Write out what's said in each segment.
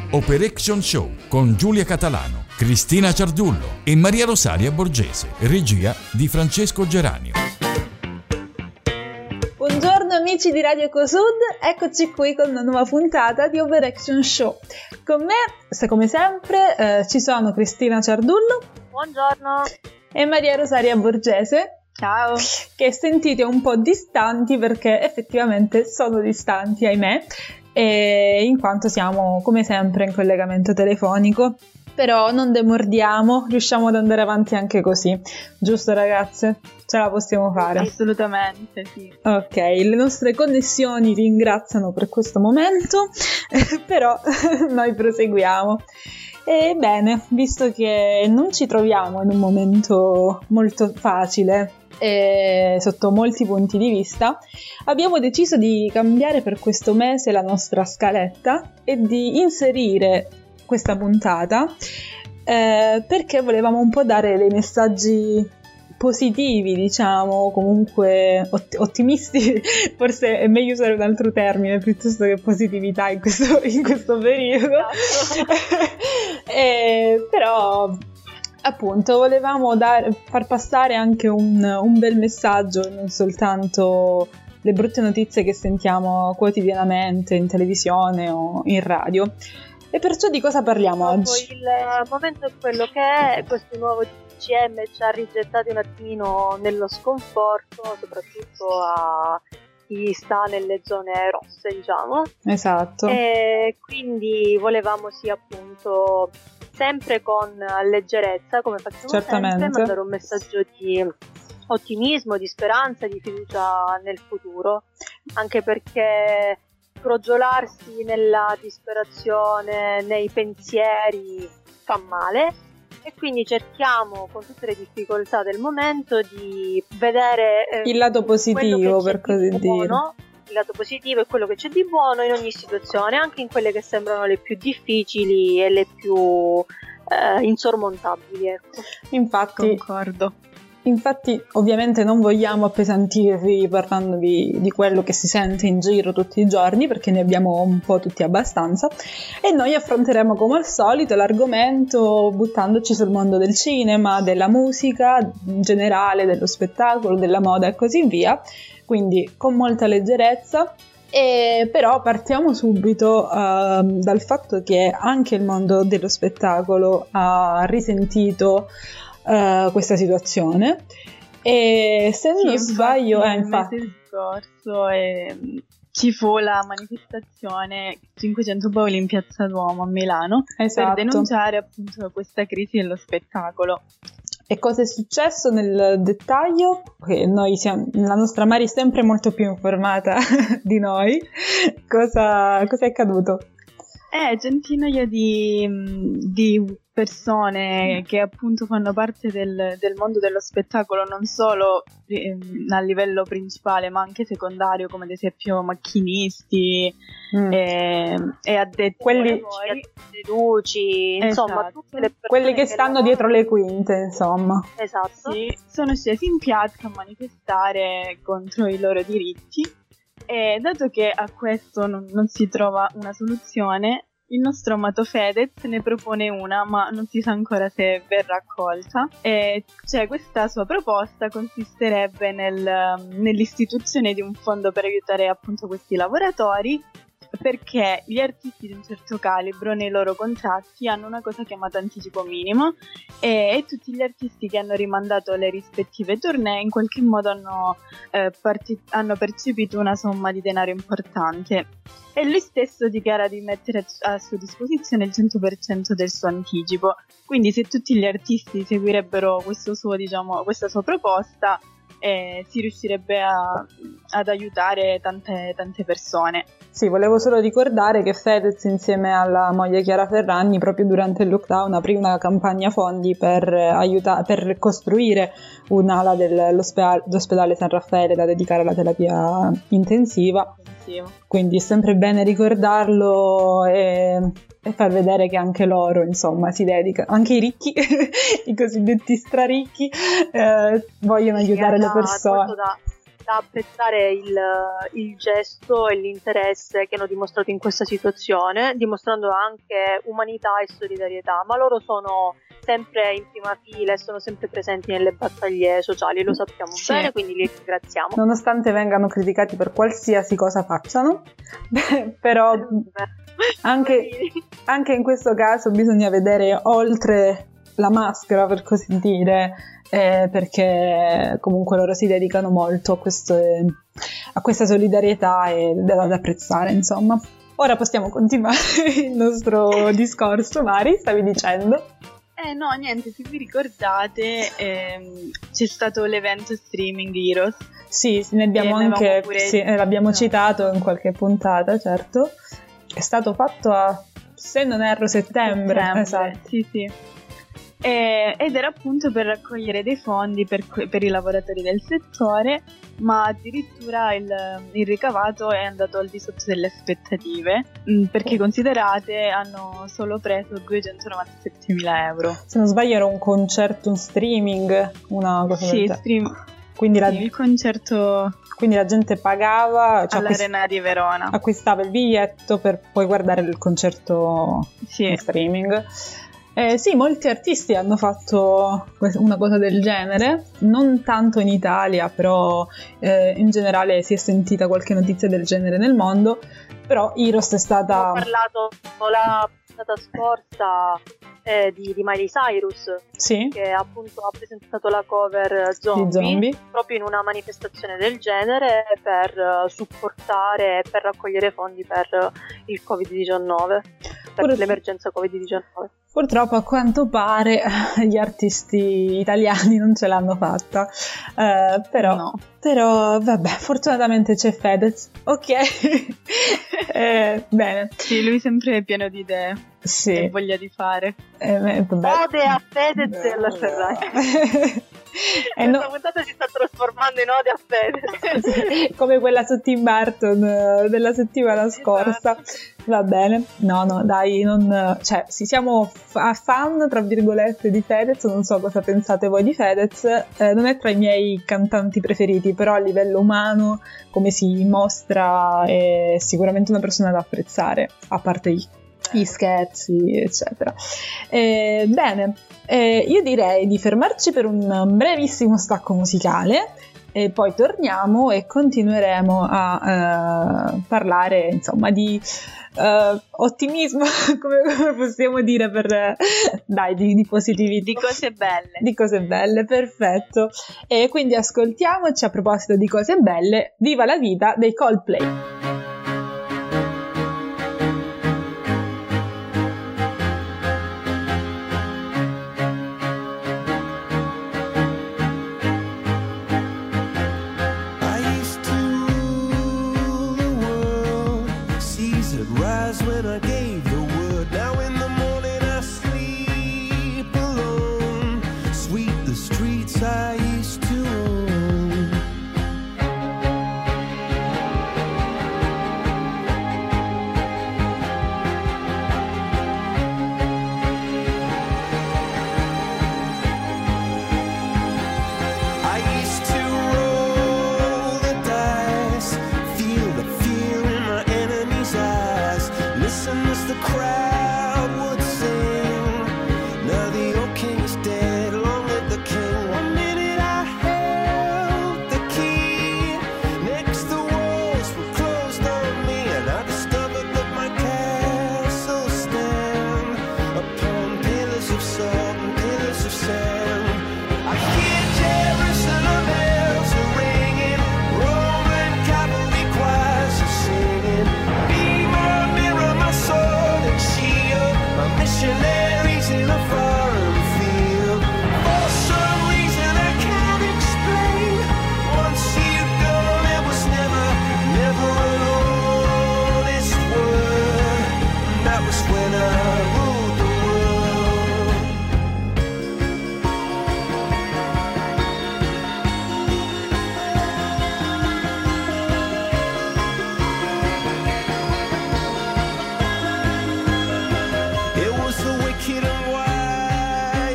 Operation Show con Giulia Catalano, Cristina Ciardullo e Maria Rosaria Borgese, regia di Francesco Geranio. Buongiorno amici di Radio Ecosud, eccoci qui con una nuova puntata di Operation Show. Con me, come sempre, ci sono Cristina Ciardullo. Buongiorno. E Maria Rosaria Borgese. Ciao. Che sentite un po' distanti perché effettivamente sono distanti, ahimè, e in quanto siamo come sempre in collegamento telefonico. Però non demordiamo, riusciamo ad andare avanti anche così, giusto ragazze? Ce la possiamo fare? Assolutamente, sì. Ok, le nostre connessioni ringraziano per questo momento, però noi proseguiamo. E bene, visto che non ci troviamo in un momento molto facile sotto molti punti di vista, abbiamo deciso di cambiare per questo mese la nostra scaletta e di inserire questa puntata perché volevamo un po' dare dei messaggi positivi, diciamo, comunque ottimisti, forse è meglio usare un altro termine piuttosto che positività in questo periodo. Però appunto volevamo far passare anche un bel messaggio, non soltanto le brutte notizie che sentiamo quotidianamente in televisione o in radio. E perciò di cosa parliamo oggi? Il momento è quello che è, questo nuovo DPCM ci ha rigettati un attimino nello sconforto, soprattutto a chi sta nelle zone rosse, diciamo. Esatto. E quindi volevamo appunto sempre con leggerezza, come facciamo sempre, mandare un messaggio di ottimismo, di speranza, di fiducia nel futuro, anche perché crogiolarsi nella disperazione, nei pensieri fa male, e quindi cerchiamo con tutte le difficoltà del momento di vedere il lato positivo, per così dire. Il lato positivo è quello che c'è di buono in ogni situazione, anche in quelle che sembrano le più difficili e le più insormontabili, ecco. Infatti, concordo. Infatti, ovviamente non vogliamo appesantirvi parlandovi di quello che si sente in giro tutti i giorni, perché ne abbiamo un po' tutti abbastanza, e noi affronteremo come al solito l'argomento buttandoci sul mondo del cinema, della musica, in generale, dello spettacolo, della moda e così via, quindi con molta leggerezza. Però partiamo subito dal fatto che anche il mondo dello spettacolo ha risentito questa situazione, e se non sbaglio il mese scorso ci fu la manifestazione 500 Paoli in Piazza Duomo a Milano, esatto, per denunciare appunto questa crisi dello spettacolo. E cosa è successo nel dettaglio? Che la nostra Mari è sempre molto più informata di noi. Cosa è accaduto? Centinaia di persone che appunto fanno parte del mondo dello spettacolo, non solo a livello principale ma anche secondario, come ad esempio macchinisti e addetti quelli luci, insomma, esatto, tutte le persone quelli che stanno dietro le quinte, insomma. Esatto. Sì, sono scesi in piazza a manifestare contro i loro diritti. E dato che a questo non si trova una soluzione, il nostro amato Fedez ne propone una, ma non si sa ancora se verrà accolta. E questa sua proposta consisterebbe nell'istituzione di un fondo per aiutare appunto questi lavoratori, perché gli artisti di un certo calibro nei loro contratti hanno una cosa chiamata anticipo minimo, e tutti gli artisti che hanno rimandato le rispettive tournée in qualche modo hanno percepito una somma di denaro importante, e lui stesso dichiara di mettere a sua disposizione il 100% del suo anticipo. Quindi se tutti gli artisti seguirebbero questa sua proposta, si riuscirebbe ad aiutare tante persone. Sì, volevo solo ricordare che Fedez insieme alla moglie Chiara Ferragni proprio durante il lockdown aprì una campagna fondi per costruire un'ala dell'ospedale San Raffaele da dedicare alla terapia intensiva. Quindi è sempre bene ricordarlo e far vedere che anche loro, insomma, si dedicano, anche i ricchi, i cosiddetti straricchi, vogliono aiutare le persone. da apprezzare il gesto e l'interesse che hanno dimostrato in questa situazione, dimostrando anche umanità e solidarietà, ma loro sono sempre in prima fila e sono sempre presenti nelle battaglie sociali, lo sappiamo bene, quindi li ringraziamo. Nonostante vengano criticati per qualsiasi cosa facciano, però anche in questo caso bisogna vedere oltre la maschera, per così dire, perché comunque loro si dedicano molto a questa solidarietà e da apprezzare, insomma. Ora possiamo continuare il nostro discorso. Mari, stavi dicendo? No, niente, se vi ricordate c'è stato l'evento streaming Heroes. Sì, ne abbiamo anche l'abbiamo citato in qualche puntata, certo. È stato fatto se non erro, settembre. Esatto. Sì. Ed era appunto per raccogliere dei fondi per i lavoratori del settore, ma addirittura il ricavato è andato al di sotto delle aspettative, perché considerate hanno solo preso 297.000 euro. Se non sbaglio era un concerto, un streaming, una cosa del genere. Quindi il concerto. Quindi la gente pagava, all'Arena di Verona, acquistava il biglietto per poi guardare il concerto in streaming. Sì, molti artisti hanno fatto una cosa del genere, non tanto in Italia, però in generale si è sentita qualche notizia del genere nel mondo, però Heroes è stata... Ho parlato la puntata scorsa di Miley Cyrus, che appunto ha presentato la cover Zombie proprio in una manifestazione del genere per supportare e per raccogliere fondi per il Covid-19, per l'emergenza Covid-19. Purtroppo a quanto pare gli artisti italiani non ce l'hanno fatta, però vabbè, fortunatamente c'è Fedez, ok? Bene. Sì, lui sempre pieno di idee e voglia di fare. Ode a Fedez e alla Ferrari. Questa puntata si sta trasformando in ode a Fedez. Come quella su Tim Burton della settimana scorsa. Va bene, no, dai, siamo fan, tra virgolette, di Fedez, non so cosa pensate voi di Fedez, non è tra i miei cantanti preferiti, però a livello umano, come si mostra, è sicuramente una persona da apprezzare, a parte gli scherzi, eccetera. Bene, io direi di fermarci per un brevissimo stacco musicale e poi torniamo e continueremo a parlare, insomma, di ottimismo, come possiamo dire, di positività, di cose belle, perfetto. E quindi ascoltiamoci, a proposito di cose belle, Viva la vita dei Coldplay.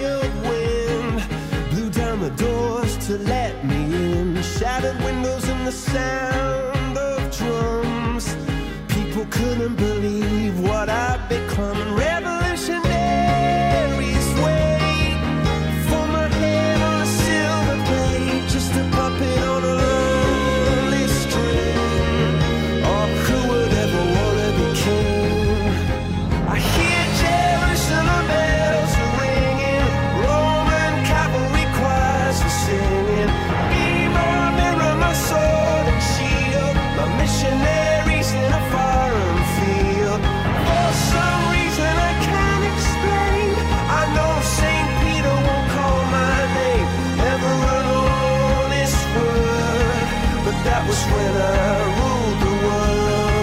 to let me in. Shattered windows in the sound of drums. People couldn't believe what I'd become. Revolutionaries wait for my head on a silver plate, just a puppet on a lonely string. Oh, who would ever wanna be king? I hear Jerusalem bells are ringing, Roman cavalry choirs are singing. Be my mirror, my sword and shield, my missionaries in a foreign field. For some reason I can't explain, I know St. Peter won't call my name, never an honest word, but that was when I ruled the world.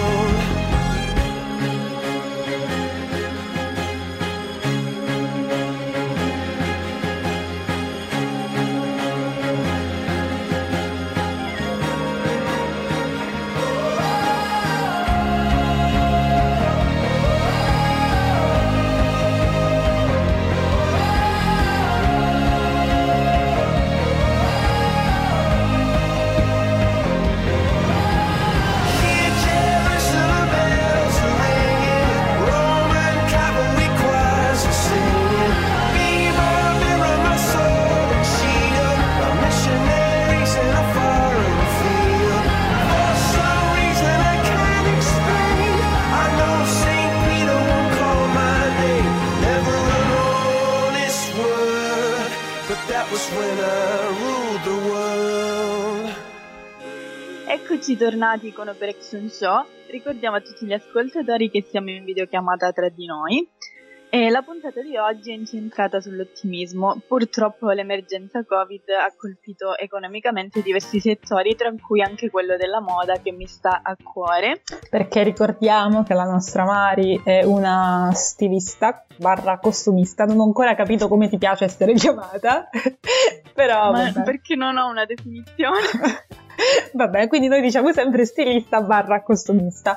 Eccoci tornati con Operation Show. Ricordiamo a tutti gli ascoltatori che siamo in videochiamata tra di noi e la puntata di oggi è incentrata sull'ottimismo. Purtroppo l'emergenza Covid ha colpito economicamente diversi settori, tra cui anche quello della moda, che mi sta a cuore. Perché ricordiamo che la nostra Mari è una stilista / costumista, non ho ancora capito come ti piace essere chiamata, però vabbè. Perché non ho una definizione. Vabbè, quindi noi diciamo sempre stilista / costumista,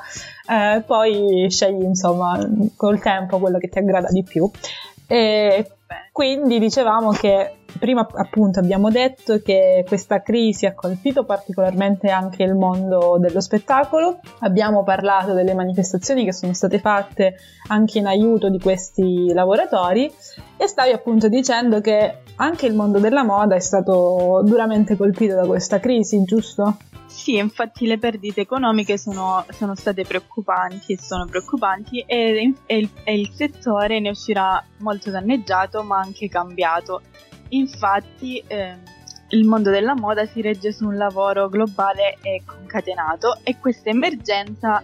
poi scegli insomma col tempo quello che ti aggrada di più. E quindi dicevamo che prima appunto abbiamo detto che questa crisi ha colpito particolarmente anche il mondo dello spettacolo. Abbiamo parlato delle manifestazioni che sono state fatte anche in aiuto di questi lavoratori e stavi appunto dicendo che anche il mondo della moda è stato duramente colpito da questa crisi, giusto? Sì, infatti le perdite economiche sono state preoccupanti e sono preoccupanti e il settore ne uscirà molto danneggiato ma anche cambiato. Infatti il mondo della moda si regge su un lavoro globale e concatenato e questa emergenza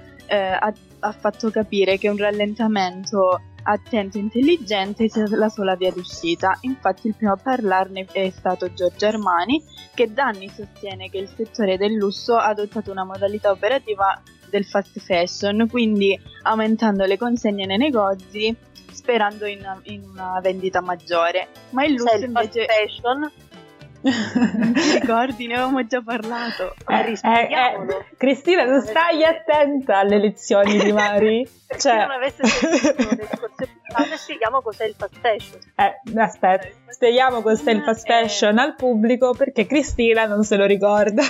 ha fatto capire che un rallentamento attento e intelligente sia la sola via d'uscita. Infatti il primo a parlarne è stato Giorgio Armani, che da anni sostiene che il settore del lusso ha adottato una modalità operativa del fast fashion, quindi aumentando le consegne nei negozi sperando in una vendita maggiore. Ma il lusso invece... fast fashion? Non ti ricordi? Ne avevamo già parlato. Cristina, non stai attenta alle lezioni di Mari? Se non avesse sentito le scorse puntate, spieghiamo cos'è il fast fashion. Aspetta, spieghiamo cos'è il fast fashion al pubblico perché Cristina non se lo ricorda.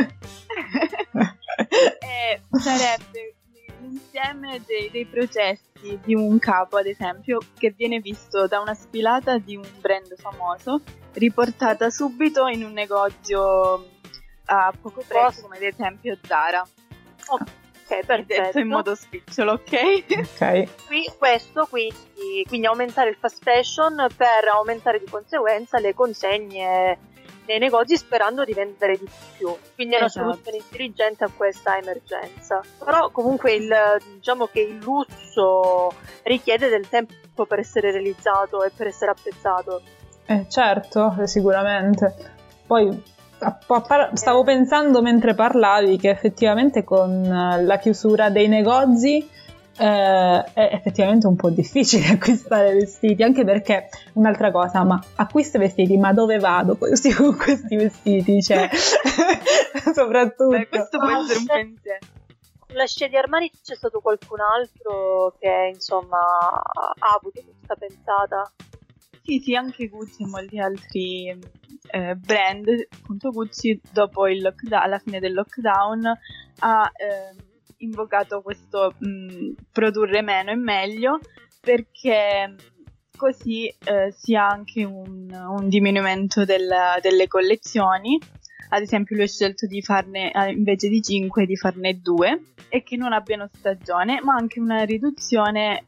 Sarebbe l'insieme dei processi di un capo, ad esempio, che viene visto da una sfilata di un brand famoso, riportata subito in un negozio a poco prezzo, come ad esempio Zara. Ok, perfetto. Detto in modo spicciolo, ok? Quindi aumentare il fast fashion per aumentare di conseguenza le consegne nei negozi sperando di vendere di più. Quindi è una soluzione intelligente a questa emergenza. Però comunque diciamo che il lusso richiede del tempo per essere realizzato e per essere apprezzato. Certo, sicuramente. Poi stavo pensando mentre parlavi che effettivamente con la chiusura dei negozi è effettivamente un po' difficile acquistare vestiti, anche perché un'altra cosa, ma acquisto vestiti, ma dove vado poi con questi vestiti? Cioè, soprattutto. Questo può essere un pensiero. Sulla scia di Armani c'è stato qualcun altro che insomma ha avuto questa pensata? Sì, anche Gucci e molti altri brand, appunto Gucci, dopo il alla fine del lockdown ha invocato questo produrre meno e meglio, perché così si ha anche un diminuimento delle collezioni. Ad esempio lui ha scelto di farne, invece di 5, di farne 2 e che non abbiano stagione, ma anche una riduzione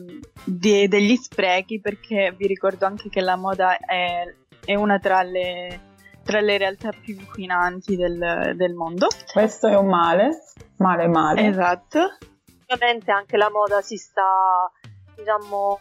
degli sprechi, perché vi ricordo anche che la moda è una tra le realtà più inquinanti del mondo. Questo è un male. Esatto. Ovviamente anche la moda si sta, diciamo,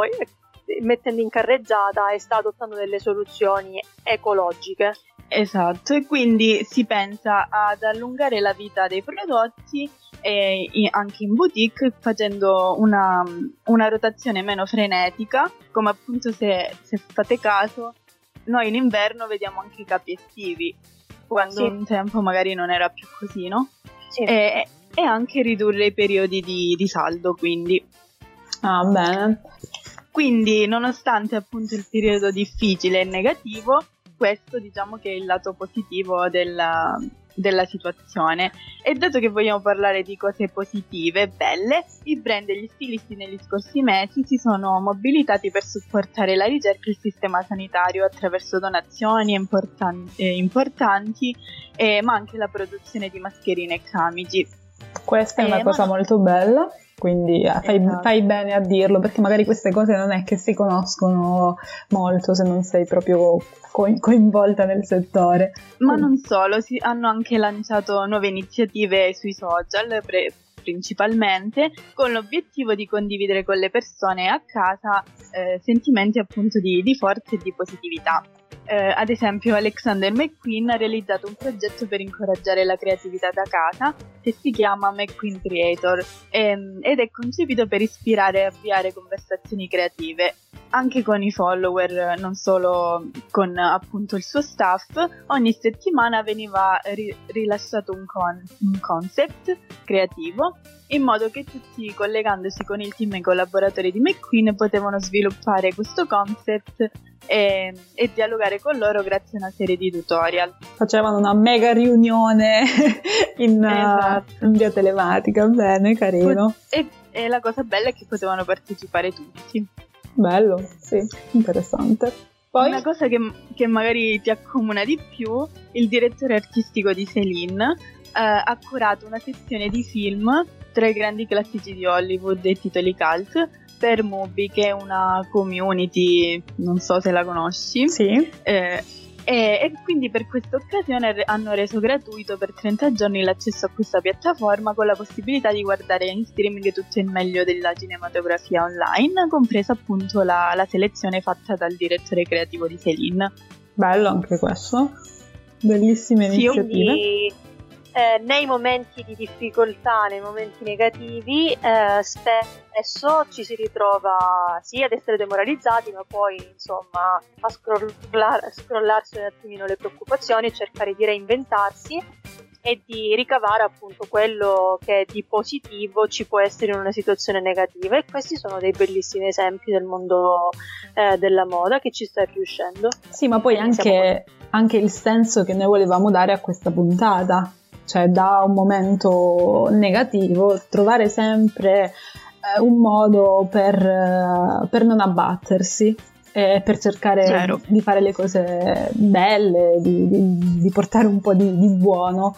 mettendo in carreggiata e sta adottando delle soluzioni ecologiche. Esatto, e quindi si pensa ad allungare la vita dei prodotti anche in boutique, facendo una rotazione meno frenetica, come appunto se fate caso noi in inverno vediamo anche i capi estivi, quando un tempo magari non era più così, no? Sì. E anche ridurre i periodi di saldo, quindi. Ah, bene. Quindi, nonostante appunto il periodo difficile e negativo, questo diciamo che è il lato positivo della situazione. E dato che vogliamo parlare di cose positive e belle, i brand e gli stilisti negli scorsi mesi si sono mobilitati per supportare la ricerca e il sistema sanitario attraverso donazioni importanti, ma anche la produzione di mascherine e camici. Questa è una cosa molto bella, quindi fai bene a dirlo, perché magari queste cose non è che si conoscono molto se non sei proprio coinvolta nel settore. Ma non solo, hanno anche lanciato nuove iniziative sui social, principalmente con l'obiettivo di condividere con le persone a casa sentimenti appunto di forza e di positività. Ad esempio Alexander McQueen ha realizzato un progetto per incoraggiare la creatività da casa che si chiama McQueen Creator ed è concepito per ispirare e avviare conversazioni creative anche con i follower, non solo con appunto il suo staff. Ogni settimana veniva rilasciato un concept creativo, in modo che tutti, collegandosi con il team e i collaboratori di McQueen, potevano sviluppare questo concept e dialogare con loro grazie a una serie di tutorial. Facevano una mega riunione in via telematica, bene, carino. E la cosa bella è che potevano partecipare tutti. Bello, sì, interessante. Poi una cosa che magari ti accomuna di più, il direttore artistico di Céline ha curato una sezione di film tra i grandi classici di Hollywood e titoli cult per Mubi, che è una community, non so se la conosci. Sì. E quindi per questa occasione hanno reso gratuito per 30 giorni l'accesso a questa piattaforma, con la possibilità di guardare in streaming tutto il meglio della cinematografia online, compresa appunto la selezione fatta dal direttore creativo di Céline. Bello anche questo, bellissime iniziative. Quindi, nei momenti di difficoltà, nei momenti negativi, spesso ci si ritrova sì ad essere demoralizzati, ma poi insomma a scrollarsi un attimino le preoccupazioni, cercare di reinventarsi e di ricavare appunto quello che di positivo ci può essere in una situazione negativa, e questi sono dei bellissimi esempi del mondo della moda che ci sta riuscendo. Sì, ma poi anche il senso che noi volevamo dare a questa puntata, cioè da un momento negativo trovare sempre un modo per non abbattersi e per cercare di fare le cose belle, di portare un po' di buono.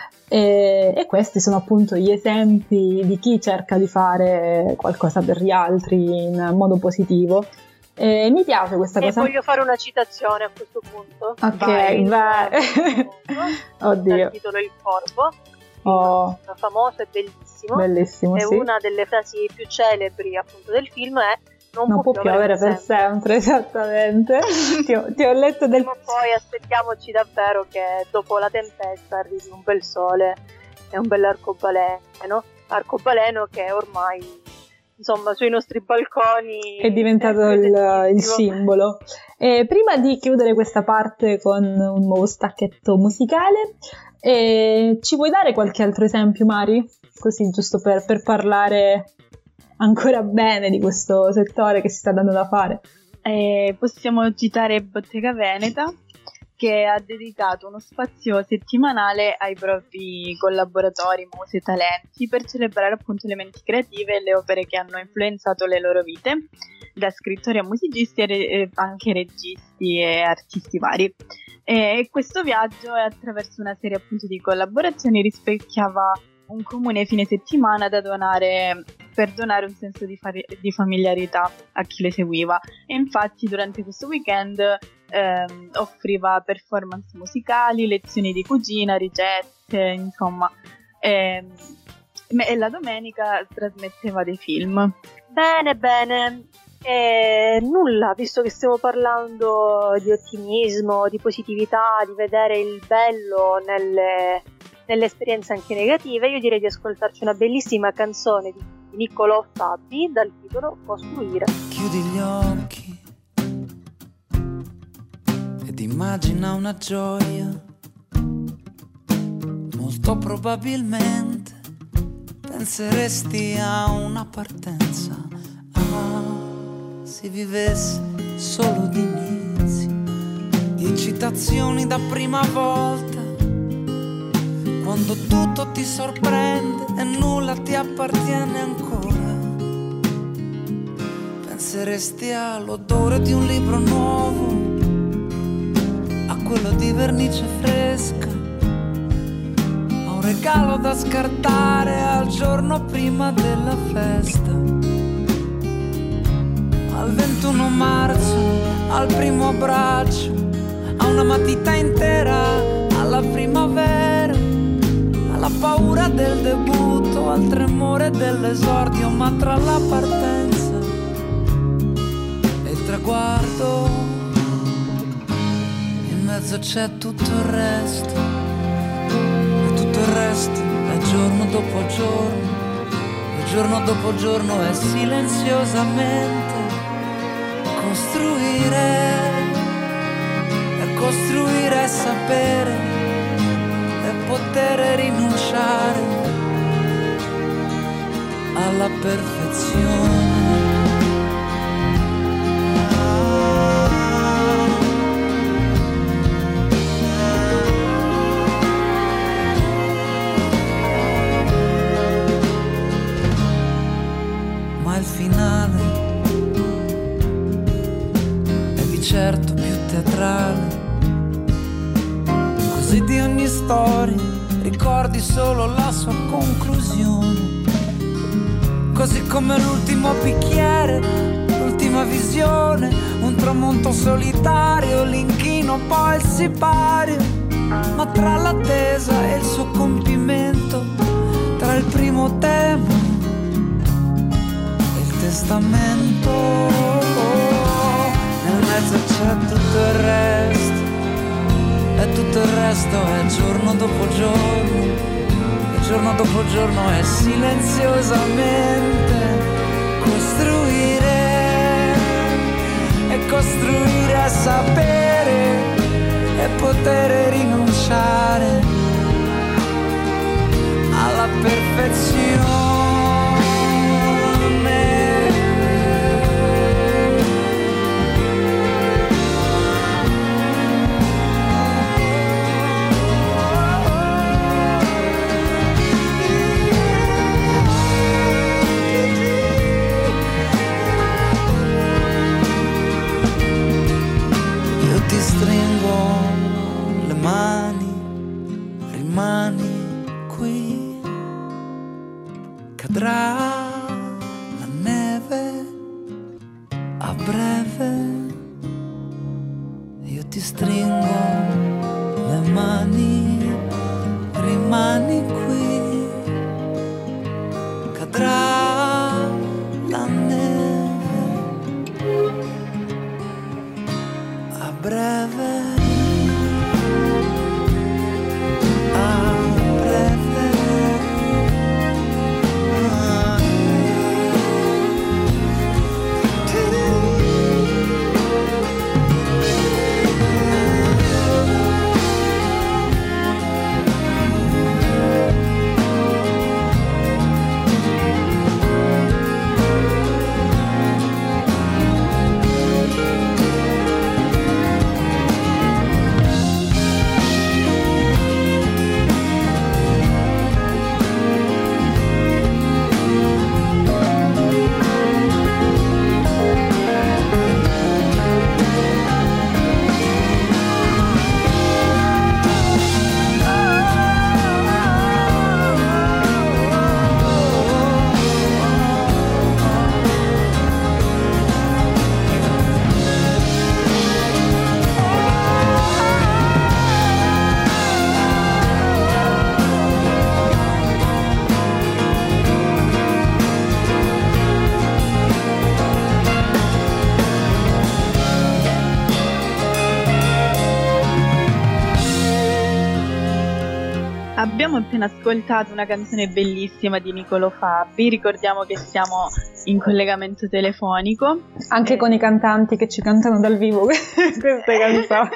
E questi sono appunto gli esempi di chi cerca di fare qualcosa per gli altri in modo positivo. Mi piace questa cosa. E voglio fare una citazione a questo punto. Ok, vai. Oddio. Dal titolo Il Corvo, famoso e bellissimo. Bellissimo, e sì. una delle frasi più celebri appunto del film è non può piovere per sempre. Esattamente. ti ho letto del... Ma poi aspettiamoci davvero che dopo la tempesta arrivi un bel sole e un bell'arcobaleno che ormai insomma sui nostri balconi è diventato il simbolo. Prima di chiudere questa parte con un nuovo stacchetto musicale, ci vuoi dare qualche altro esempio, Mari? Così giusto per parlare ancora bene di questo settore che si sta dando da fare. Possiamo citare Bottega Veneta, che ha dedicato uno spazio settimanale ai propri collaboratori, muse e talenti per celebrare appunto le menti creative e le opere che hanno influenzato le loro vite, da scrittori a musicisti e anche registi e artisti vari. E questo viaggio, attraverso una serie appunto di collaborazioni, rispecchiava un comune fine settimana per donare un senso di familiarità a chi le seguiva. E infatti durante questo weekend offriva performance musicali, lezioni di cucina, ricette, insomma, e la domenica trasmetteva dei film. Bene. Nulla, visto che stiamo parlando di ottimismo, di positività, di vedere il bello nelle esperienze anche negative, io direi di ascoltarci una bellissima canzone di Niccolò Fabi dal titolo Costruire. Chiudi gli occhi ed immagina una gioia, molto probabilmente penseresti a una partenza. Se vivesse solo di inizi, di eccitazioni da prima volta, quando tutto ti sorprende e nulla ti appartiene ancora. Penseresti all'odore di un libro nuovo, a quello di vernice fresca, a un regalo da scartare al giorno prima della festa. Al 21 marzo, al primo abbraccio, a una matita intera, alla primavera, alla paura del debutto, al tremore dell'esordio, ma tra la partenza e il traguardo, in mezzo c'è tutto il resto, e tutto il resto è giorno dopo giorno, e giorno dopo giorno è silenziosamente costruire è sapere e poter rinunciare alla perfezione. Ma il finale certo più teatrale, così di ogni storia ricordi solo la sua conclusione, così come l'ultimo bicchiere, l'ultima visione, un tramonto solitario, l'inchino poi il sipario, ma tra l'attesa e il suo compimento, tra il primo tema e il testamento, nel mezzo c'è tutto il resto, e tutto il resto è giorno dopo giorno, e giorno dopo giorno è silenziosamente costruire, e costruire è sapere e poter rinunciare alla perfezione. Stringo le mani, rimani qui, cadrà la neve a breve, io ti stringo le mani, rimani qui, cadrà la neve a breve. Abbiamo appena ascoltato una canzone bellissima di Niccolò Fabi, ricordiamo che siamo in collegamento telefonico. Anche con i cantanti che ci cantano dal vivo queste canzoni.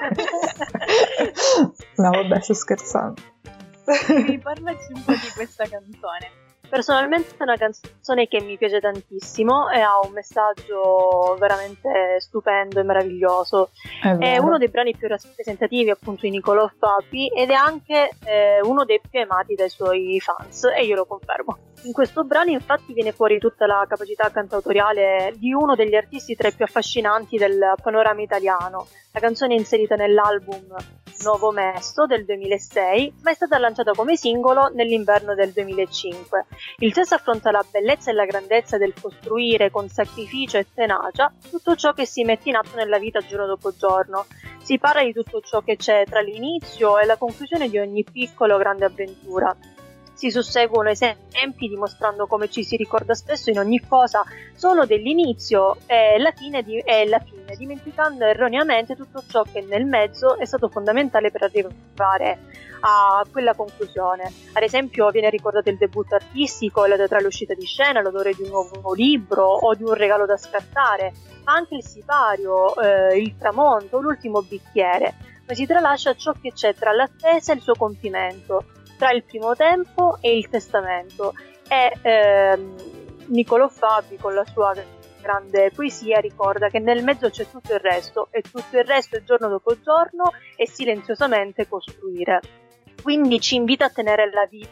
No, vabbè, sto scherzando. Parlaci un po' di questa canzone. Personalmente è una canzone che mi piace tantissimo e ha un messaggio veramente stupendo e meraviglioso. È uno dei brani più rappresentativi appunto di Niccolò Fabi ed è anche uno dei più amati dai suoi fans, e io lo confermo. In questo brano infatti viene fuori tutta la capacità cantautoriale di uno degli artisti tra i più affascinanti del panorama italiano. La canzone è inserita nell'album Nuovo Mesto del 2006, ma è stata lanciata come singolo nell'inverno del 2005. Il testo affronta la bellezza e la grandezza del costruire con sacrificio e tenacia tutto ciò che si mette in atto nella vita giorno dopo giorno. Si parla di tutto ciò che c'è tra l'inizio e la conclusione di ogni piccola o grande avventura. Si susseguono esempi dimostrando come ci si ricorda spesso in ogni cosa solo dell'inizio e la fine, dimenticando erroneamente tutto ciò che nel mezzo è stato fondamentale per arrivare a quella conclusione. Ad esempio viene ricordato il debutto artistico, la teatrale uscita di scena, l'odore di un nuovo libro o di un regalo da scartare, ma anche il sipario, il tramonto, l'ultimo bicchiere, ma si tralascia ciò che c'è tra l'attesa e il suo compimento, tra il primo tempo e il testamento. E Niccolò Fabi con la sua grande poesia ricorda che nel mezzo c'è tutto il resto, e tutto il resto è giorno dopo giorno e silenziosamente costruire. Quindi ci invita a tenere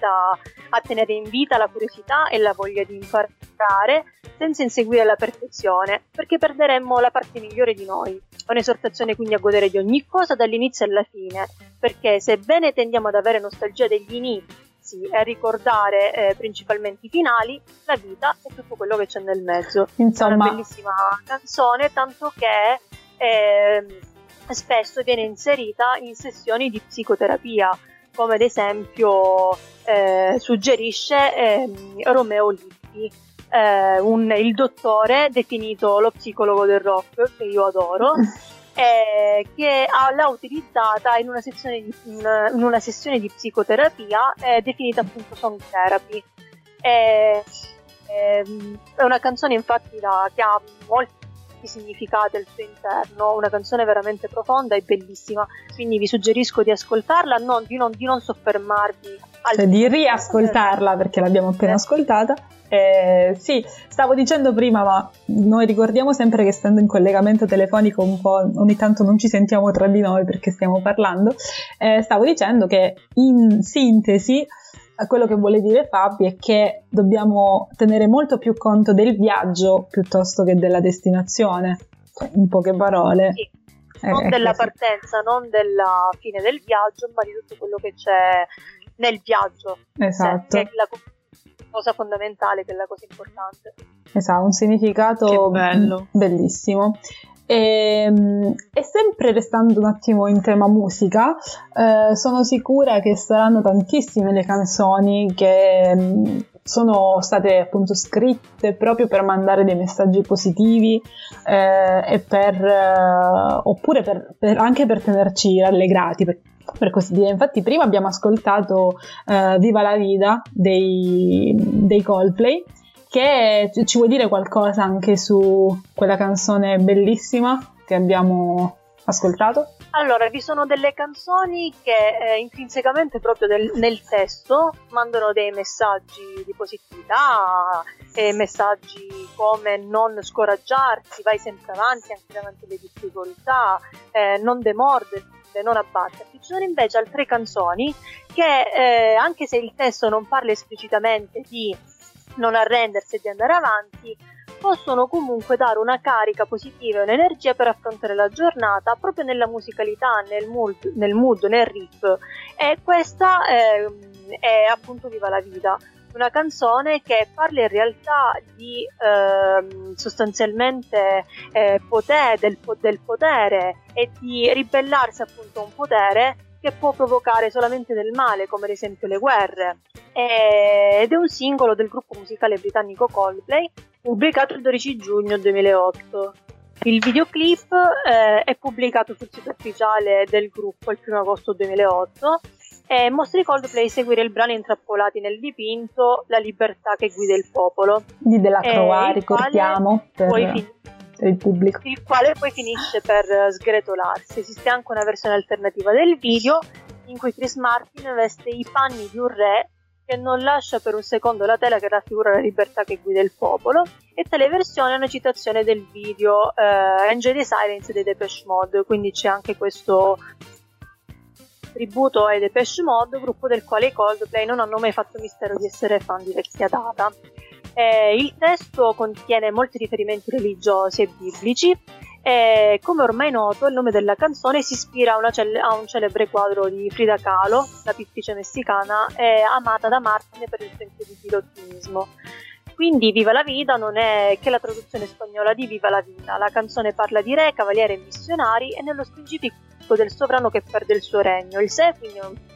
in vita la curiosità e la voglia di imparare senza inseguire la perfezione, perché perderemmo la parte migliore di noi. È un'esortazione quindi a godere di ogni cosa dall'inizio alla fine, perché sebbene tendiamo ad avere nostalgia degli inizi e a ricordare principalmente i finali, la vita è tutto quello che c'è nel mezzo. Insomma, è una bellissima canzone, tanto che spesso viene inserita in sessioni di psicoterapia, come ad esempio suggerisce Romeo Lippi, il dottore definito lo psicologo del rock, che io adoro, che l'ha utilizzata in una sessione di psicoterapia definita appunto song therapy. È una canzone infatti che ha molti significati al suo interno, una canzone veramente profonda e bellissima, quindi vi suggerisco di ascoltarla, di non soffermarvi di riascoltarla, perché l'abbiamo appena ascoltata. Sì, stavo dicendo prima, ma noi ricordiamo sempre che stando in collegamento telefonico un po' ogni tanto non ci sentiamo tra di noi perché stiamo parlando. Stavo dicendo che in sintesi quello che vuole dire Fabi è che dobbiamo tenere molto più conto del viaggio piuttosto che della destinazione, in poche parole. Sì. Non della partenza, non della fine del viaggio, ma di tutto quello che c'è nel viaggio. Esatto. Che è la cosa fondamentale, che è la cosa importante. Esatto, un significato bellissimo. E sempre restando un attimo in tema musica, sono sicura che saranno tantissime le canzoni che sono state appunto scritte proprio per mandare dei messaggi positivi e oppure anche per tenerci rallegrati, per così dire. Infatti prima abbiamo ascoltato Viva la Vida dei Coldplay, che ci vuoi dire qualcosa anche su quella canzone bellissima che abbiamo ascoltato? Allora, vi sono delle canzoni che intrinsecamente proprio nel testo mandano dei messaggi di positività, messaggi come non scoraggiarsi, vai sempre avanti anche davanti alle difficoltà, non demorderti, non abbatterti. Ci sono invece altre canzoni che anche se il testo non parla esplicitamente di non arrendersi e di andare avanti, possono comunque dare una carica positiva e un'energia per affrontare la giornata proprio nella musicalità, nel mood, nel riff. E questa è appunto Viva la Vita, una canzone che parla in realtà di sostanzialmente del potere e di ribellarsi appunto a un potere che può provocare solamente del male, come ad esempio le guerre. Ed è un singolo del gruppo musicale britannico Coldplay, pubblicato il 12 giugno 2008. Il videoclip è pubblicato sul sito ufficiale del gruppo il 1 agosto 2008 e mostra i Coldplay seguire il brano intrappolati nel dipinto La libertà che guida il popolo di Delacroix, ricordiamo per il pubblico, il quale poi finisce per sgretolarsi. Esiste anche una versione alternativa del video in cui Chris Martin veste i panni di un re che non lascia per un secondo la tela che raffigura la libertà che guida il popolo, e tale versione è una citazione del video Enjoy the Silence dei Depeche Mode, quindi c'è anche questo tributo ai Depeche Mode, gruppo del quale i Coldplay non hanno mai fatto mistero di essere fan di vecchia data. Il testo contiene molti riferimenti religiosi e biblici. Come ormai noto, il nome della canzone si ispira a un celebre quadro di Frida Kahlo, la pittrice messicana, amata da Martin per il suo incredibile ottimismo. Quindi Viva la Vida non è che la traduzione spagnola di Viva la Vita. La canzone parla di re, cavalieri e missionari e nello specifico del sovrano che perde il suo regno. Il sé, quindi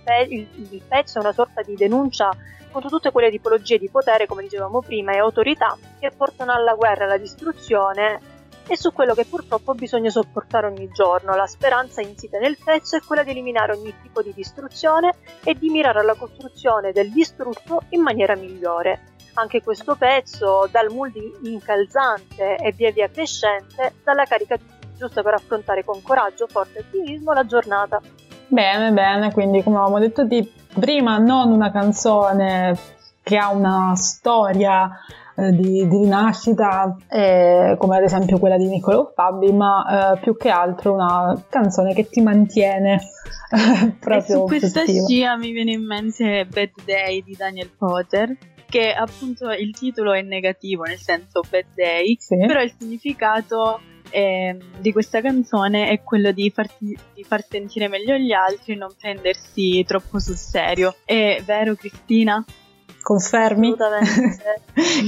il pezzo è una sorta di denuncia contro tutte quelle tipologie di potere, come dicevamo prima, e autorità che portano alla guerra e alla distruzione, e su quello che purtroppo bisogna sopportare ogni giorno. La speranza insita nel pezzo è quella di eliminare ogni tipo di distruzione e di mirare alla costruzione del distrutto in maniera migliore. Anche questo pezzo dal mood incalzante e via via crescente, dalla carica giusta per affrontare con coraggio, forza e ottimismo la giornata. Bene, quindi come avevamo detto prima, non una canzone che ha una storia di rinascita come ad esempio quella di Niccolò Fabi, ma più che altro una canzone che ti mantiene proprio e su questa positivo. scia mi viene in mente Bad Day di Daniel Powter, che appunto il titolo è negativo, nel senso Bad Day, sì. Però il significato di questa canzone è quello di far sentire meglio gli altri e non prendersi troppo sul serio. È vero, Cristina? Confermi? Assolutamente.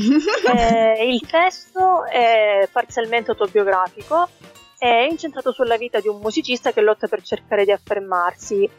Il testo è parzialmente autobiografico, è incentrato sulla vita di un musicista che lotta per cercare di affermarsi.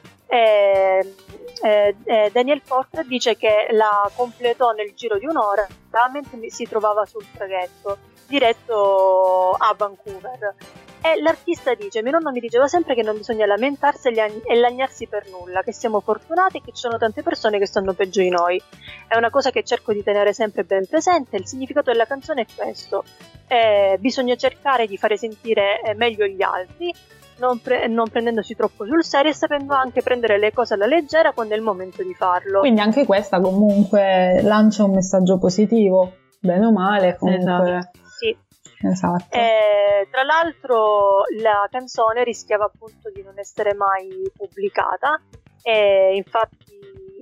Daniel Porter dice che la completò nel giro di un'ora mentre si trovava sul traghetto diretto a Vancouver, e l'artista dice: mio nonno mi diceva sempre che non bisogna lamentarsi e lagnarsi per nulla, che siamo fortunati e che ci sono tante persone che stanno peggio di noi. È una cosa che cerco di tenere sempre ben presente. Il significato della canzone è questo: bisogna cercare di fare sentire meglio gli altri, non prendendosi troppo sul serio e sapendo anche prendere le cose alla leggera quando è il momento di farlo. Quindi anche questa comunque lancia un messaggio positivo, bene o male comunque. Esatto. Sì. Esatto. Tra l'altro la canzone rischiava appunto di non essere mai pubblicata, e infatti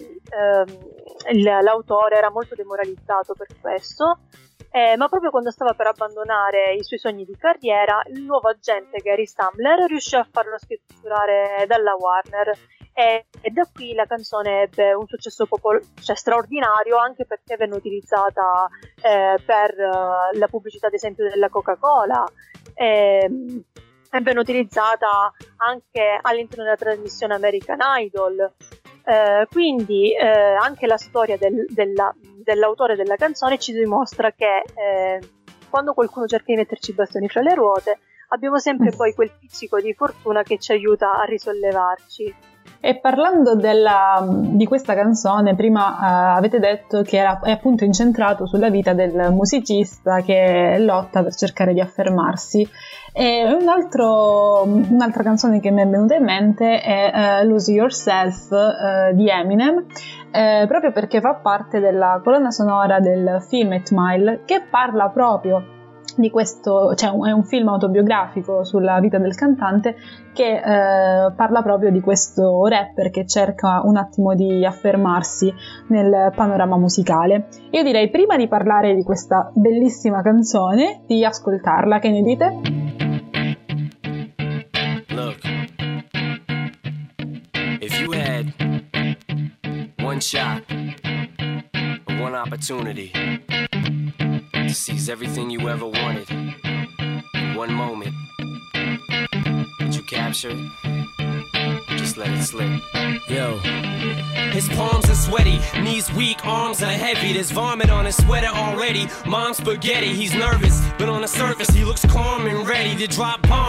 l'autore era molto demoralizzato per questo. Ma proprio quando stava per abbandonare i suoi sogni di carriera, il nuovo agente Gary Stamler riuscì a farlo scritturare dalla Warner, e da qui la canzone ebbe un successo straordinario, anche perché venne utilizzata per la pubblicità ad esempio della Coca-Cola, e venne utilizzata anche all'interno della trasmissione American Idol. Quindi anche la storia dell'autore della canzone ci dimostra che quando qualcuno cerca di metterci i bastoni fra le ruote, abbiamo sempre poi quel pizzico di fortuna che ci aiuta a risollevarci. E parlando di questa canzone, prima avete detto che è appunto incentrato sulla vita del musicista che lotta per cercare di affermarsi. E un'altra canzone che mi è venuta in mente è Lose Yourself di Eminem, proprio perché fa parte della colonna sonora del film 8 Mile, che parla proprio di questo, cioè è un film autobiografico sulla vita del cantante che parla proprio di questo rapper che cerca un attimo di affermarsi nel panorama musicale. Io direi, prima di parlare di questa bellissima canzone, di ascoltarla. Che ne dite? Look, if you had one shot or one opportunity to seize everything you ever wanted in one moment, did you capture it? Just let it slip. Yo. His palms are sweaty, knees weak, arms are heavy. There's vomit on his sweater already. Mom's spaghetti, he's nervous, but on the surface he looks calm and ready to drop bombs.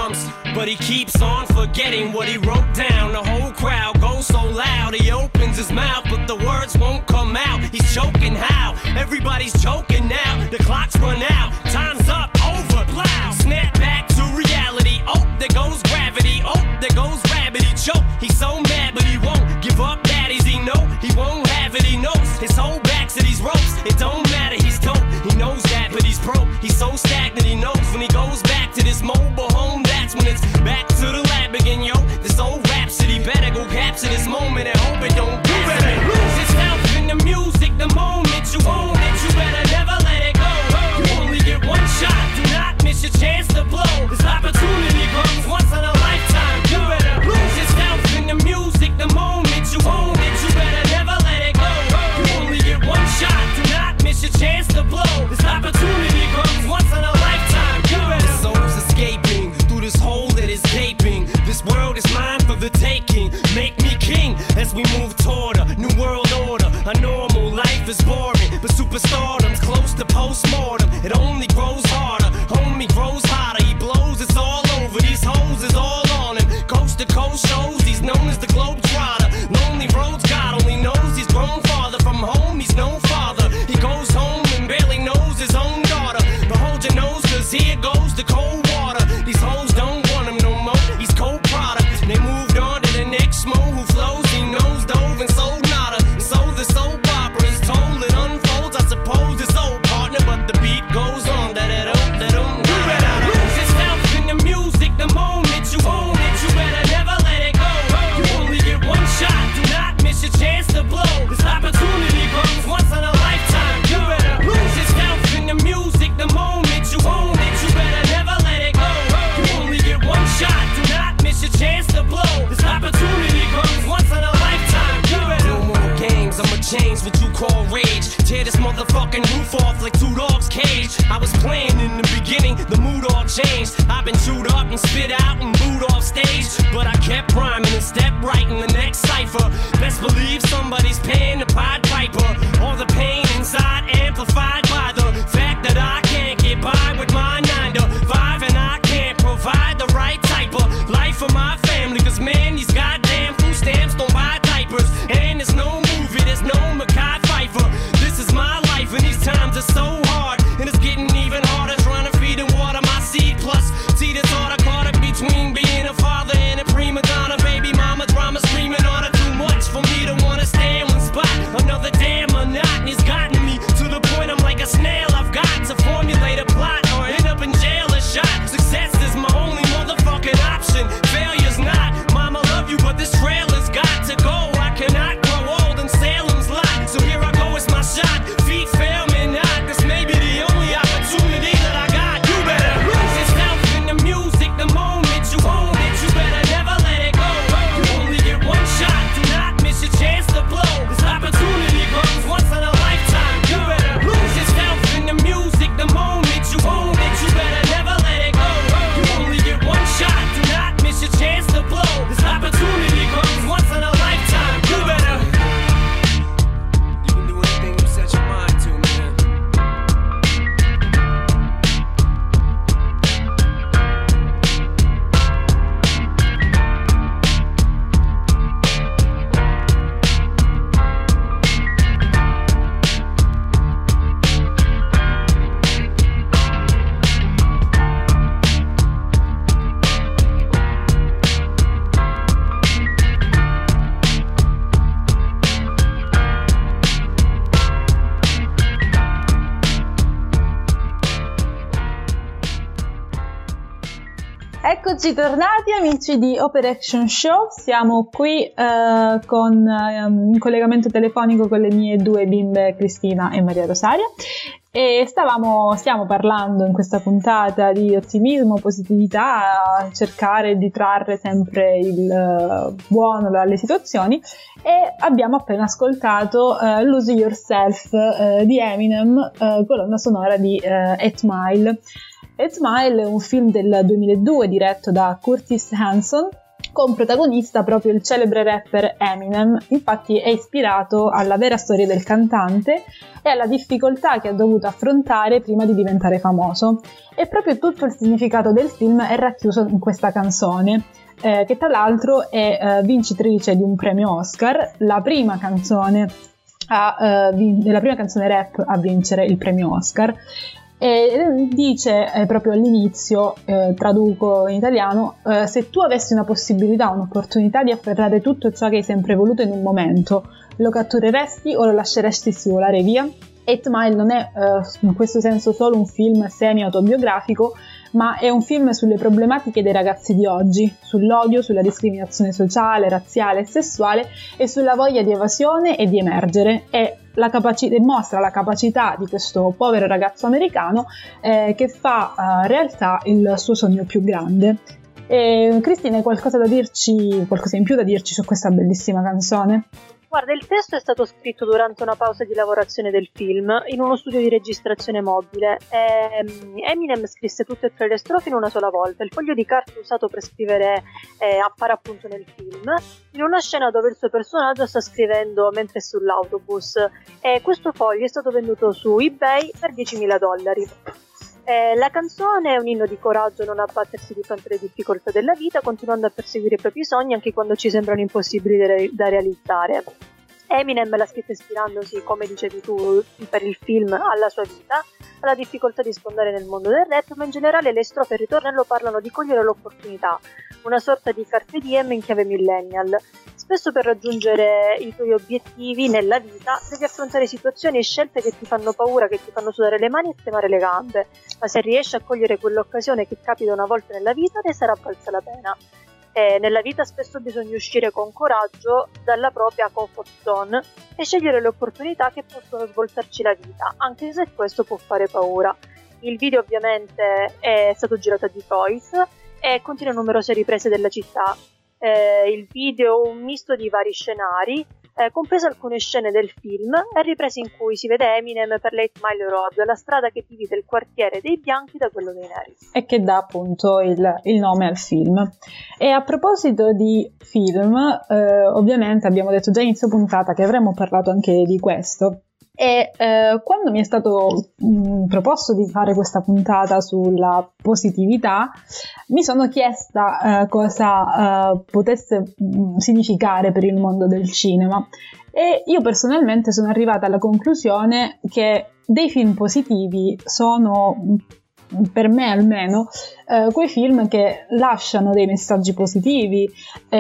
but he keeps on forgetting what he wrote down. The whole crowd goes so loud, he opens his mouth, but the words won't come out. He's choking how? Everybody's choking now. The clock's run out, time's up, over, plow. Snap back to reality. Oh, there goes gravity. Oh, there goes rabbit. He choke. He's so mad, but he won't give up. Daddies, he know he won't have it. He knows his whole back to these ropes. It don't matter. He's dope. He knows that, but he's broke. He's so stagnant. He knows when he goes back to this mobile home. That's when it's back to the lab again, yo. This old rhapsody better go capture this moment and hope it don't. You better lose yourself in the music. The moment you own it, you better never let it go. You only get one shot. Do not miss your chance to blow. This opportunity comes once in a lifetime. You better lose yourself in the music. The moment you own it, you better never let it go. You only get one shot. Do not miss your chance to blow. This opportunity comes once in a lifetime. You better. The soul's escaping through this hole that is gaping. This world is mine for the taking. Make me king as we move toward a new world order. A normal life is boring, but superstardom's close to postmortem. It only grows harder, homie grows hotter. He blows, it's all over. These hoes is all on him. Coast to coast shows, he's known as the Globetrotter. Lonely roads, God only knows he's grown farther from home. He's no father. He goes home and barely knows his own daughter. But hold your nose, cause here goes the cold water. These hoes don't want him no more. He's cold product. They moved on to the next mo who flows. He knows dove and sold nada. And so the soap opera is told. It unfolds. I suppose it's old partner, but the beat goes on. You better lose yourself in the music. The moment you own it, you better never let it go. You only get one shot. Do not miss your chance to blow. This opportunity comes once in a lifetime. You better lose yourself in the music. The moment you own it, you better never let it go. You only get one shot. Do not miss your chance to blow. This opportunity comes once in a lifetime. You better. No more games. I'ma change what you call rage. Tear this motherfucking roof off like two dogs' cage. I was playing in the beginning, the mood all changed. I've been chewed up and spit out and booed off stage, but I kept rhyming and stepped right in the next cipher. Best believe somebody's paying the Pied Piper. All the pain inside amplified by the fact that I can't get by with my 9 to 5, and I can't provide the right type of life for my family. Cause man, these goddamn food stamps don't buy diapers, and there's no movie, there's no Mekhi Phifer. This is my life and these times are so hard, and it's getting even harder trying to feed and water my seed. Plus, see the thought I caught up between being a father and a prima donna. Baby mama drama screaming on her too much for me to wanna stay in one spot. Another damn monotony's gotten me to the point I'm like a snail. I've got to formulate a plot or end up in jail or shot. Success is my only motherfucking option. Failure's not. Mama love you, but this trailer's got to go. I cannot grow old in Salem's Lot, so here I go, it's my shot. Feet fail me not. This may be the only opportunity that I got. You better lose yourself in the music. The moment you own it, you better never let it go. You only get one shot. Do not miss your chance to blow. This opportunity comes once in a lifetime. You better lose yourself in the music. The moment you own it, you better never let it go. You only get one shot. Do not miss your chance to blow. This opportunity comes once in a lifetime. You better. You can do anything you set your mind to, man. Eccoci tornati amici di Operation Show, siamo qui in collegamento telefonico con le mie due bimbe Cristina e Maria Rosaria e stiamo parlando in questa puntata di ottimismo, positività, cercare di trarre sempre il buono dalle situazioni e abbiamo appena ascoltato Lose Yourself di Eminem, colonna sonora di 8 Mile. 8 Mile è un film del 2002 diretto da Curtis Hanson con protagonista proprio il celebre rapper Eminem. Infatti è ispirato alla vera storia del cantante e alla difficoltà che ha dovuto affrontare prima di diventare famoso. E proprio tutto il significato del film è racchiuso in questa canzone, che tra l'altro è vincitrice di un premio Oscar, la prima canzone rap a vincere il premio Oscar. E dice proprio all'inizio, traduco in italiano, se tu avessi una possibilità, un'opportunità di afferrare tutto ciò che hai sempre voluto in un momento, lo cattureresti o lo lasceresti scivolare via? 8 Mile non è in questo senso solo un film semi-autobiografico, ma è un film sulle problematiche dei ragazzi di oggi, sull'odio, sulla discriminazione sociale, razziale e sessuale e sulla voglia di evasione e di emergere, e mostra la capacità di questo povero ragazzo americano che fa realtà il suo sogno più grande. Cristina, hai qualcosa in più da dirci su questa bellissima canzone? Guarda, il testo è stato scritto durante una pausa di lavorazione del film in uno studio di registrazione mobile. Eminem scrisse tutte e 3 le strofe in una sola volta. Il foglio di carta usato per scrivere appare appunto nel film, in una scena dove il suo personaggio sta scrivendo mentre è sull'autobus, e questo foglio è stato venduto su eBay per $10.000. La canzone è un inno di coraggio, non abbattersi di fronte alle difficoltà della vita, continuando a perseguire i propri sogni anche quando ci sembrano impossibili da realizzare. Eminem l'ha scritta ispirandosi, come dicevi tu, per il film alla sua vita, alla difficoltà di sfondare nel mondo del rap, ma in generale le strofe e il ritornello parlano di cogliere l'opportunità, una sorta di carpe diem in chiave millennial. Spesso per raggiungere i tuoi obiettivi nella vita devi affrontare situazioni e scelte che ti fanno paura, che ti fanno sudare le mani e tremare le gambe, ma se riesci a cogliere quell'occasione che capita una volta nella vita, ne sarà valsa la pena. Nella vita spesso bisogna uscire con coraggio dalla propria comfort zone e scegliere le opportunità che possono svoltarci la vita, anche se questo può fare paura. Il video ovviamente è stato girato a Detroit e contiene numerose riprese della città. Il video è un misto di vari scenari, comprese alcune scene del film e riprese in cui si vede Eminem per l'8 Mile Road, la strada che divide il quartiere dei bianchi da quello dei neri. E che dà appunto il nome al film. E a proposito di film, ovviamente abbiamo detto già inizio puntata che avremmo parlato anche di questo. E quando mi è stato proposto di fare questa puntata sulla positività, mi sono chiesta cosa potesse significare per il mondo del cinema, e io personalmente sono arrivata alla conclusione che dei film positivi sono, per me almeno, quei film che lasciano dei messaggi positivi,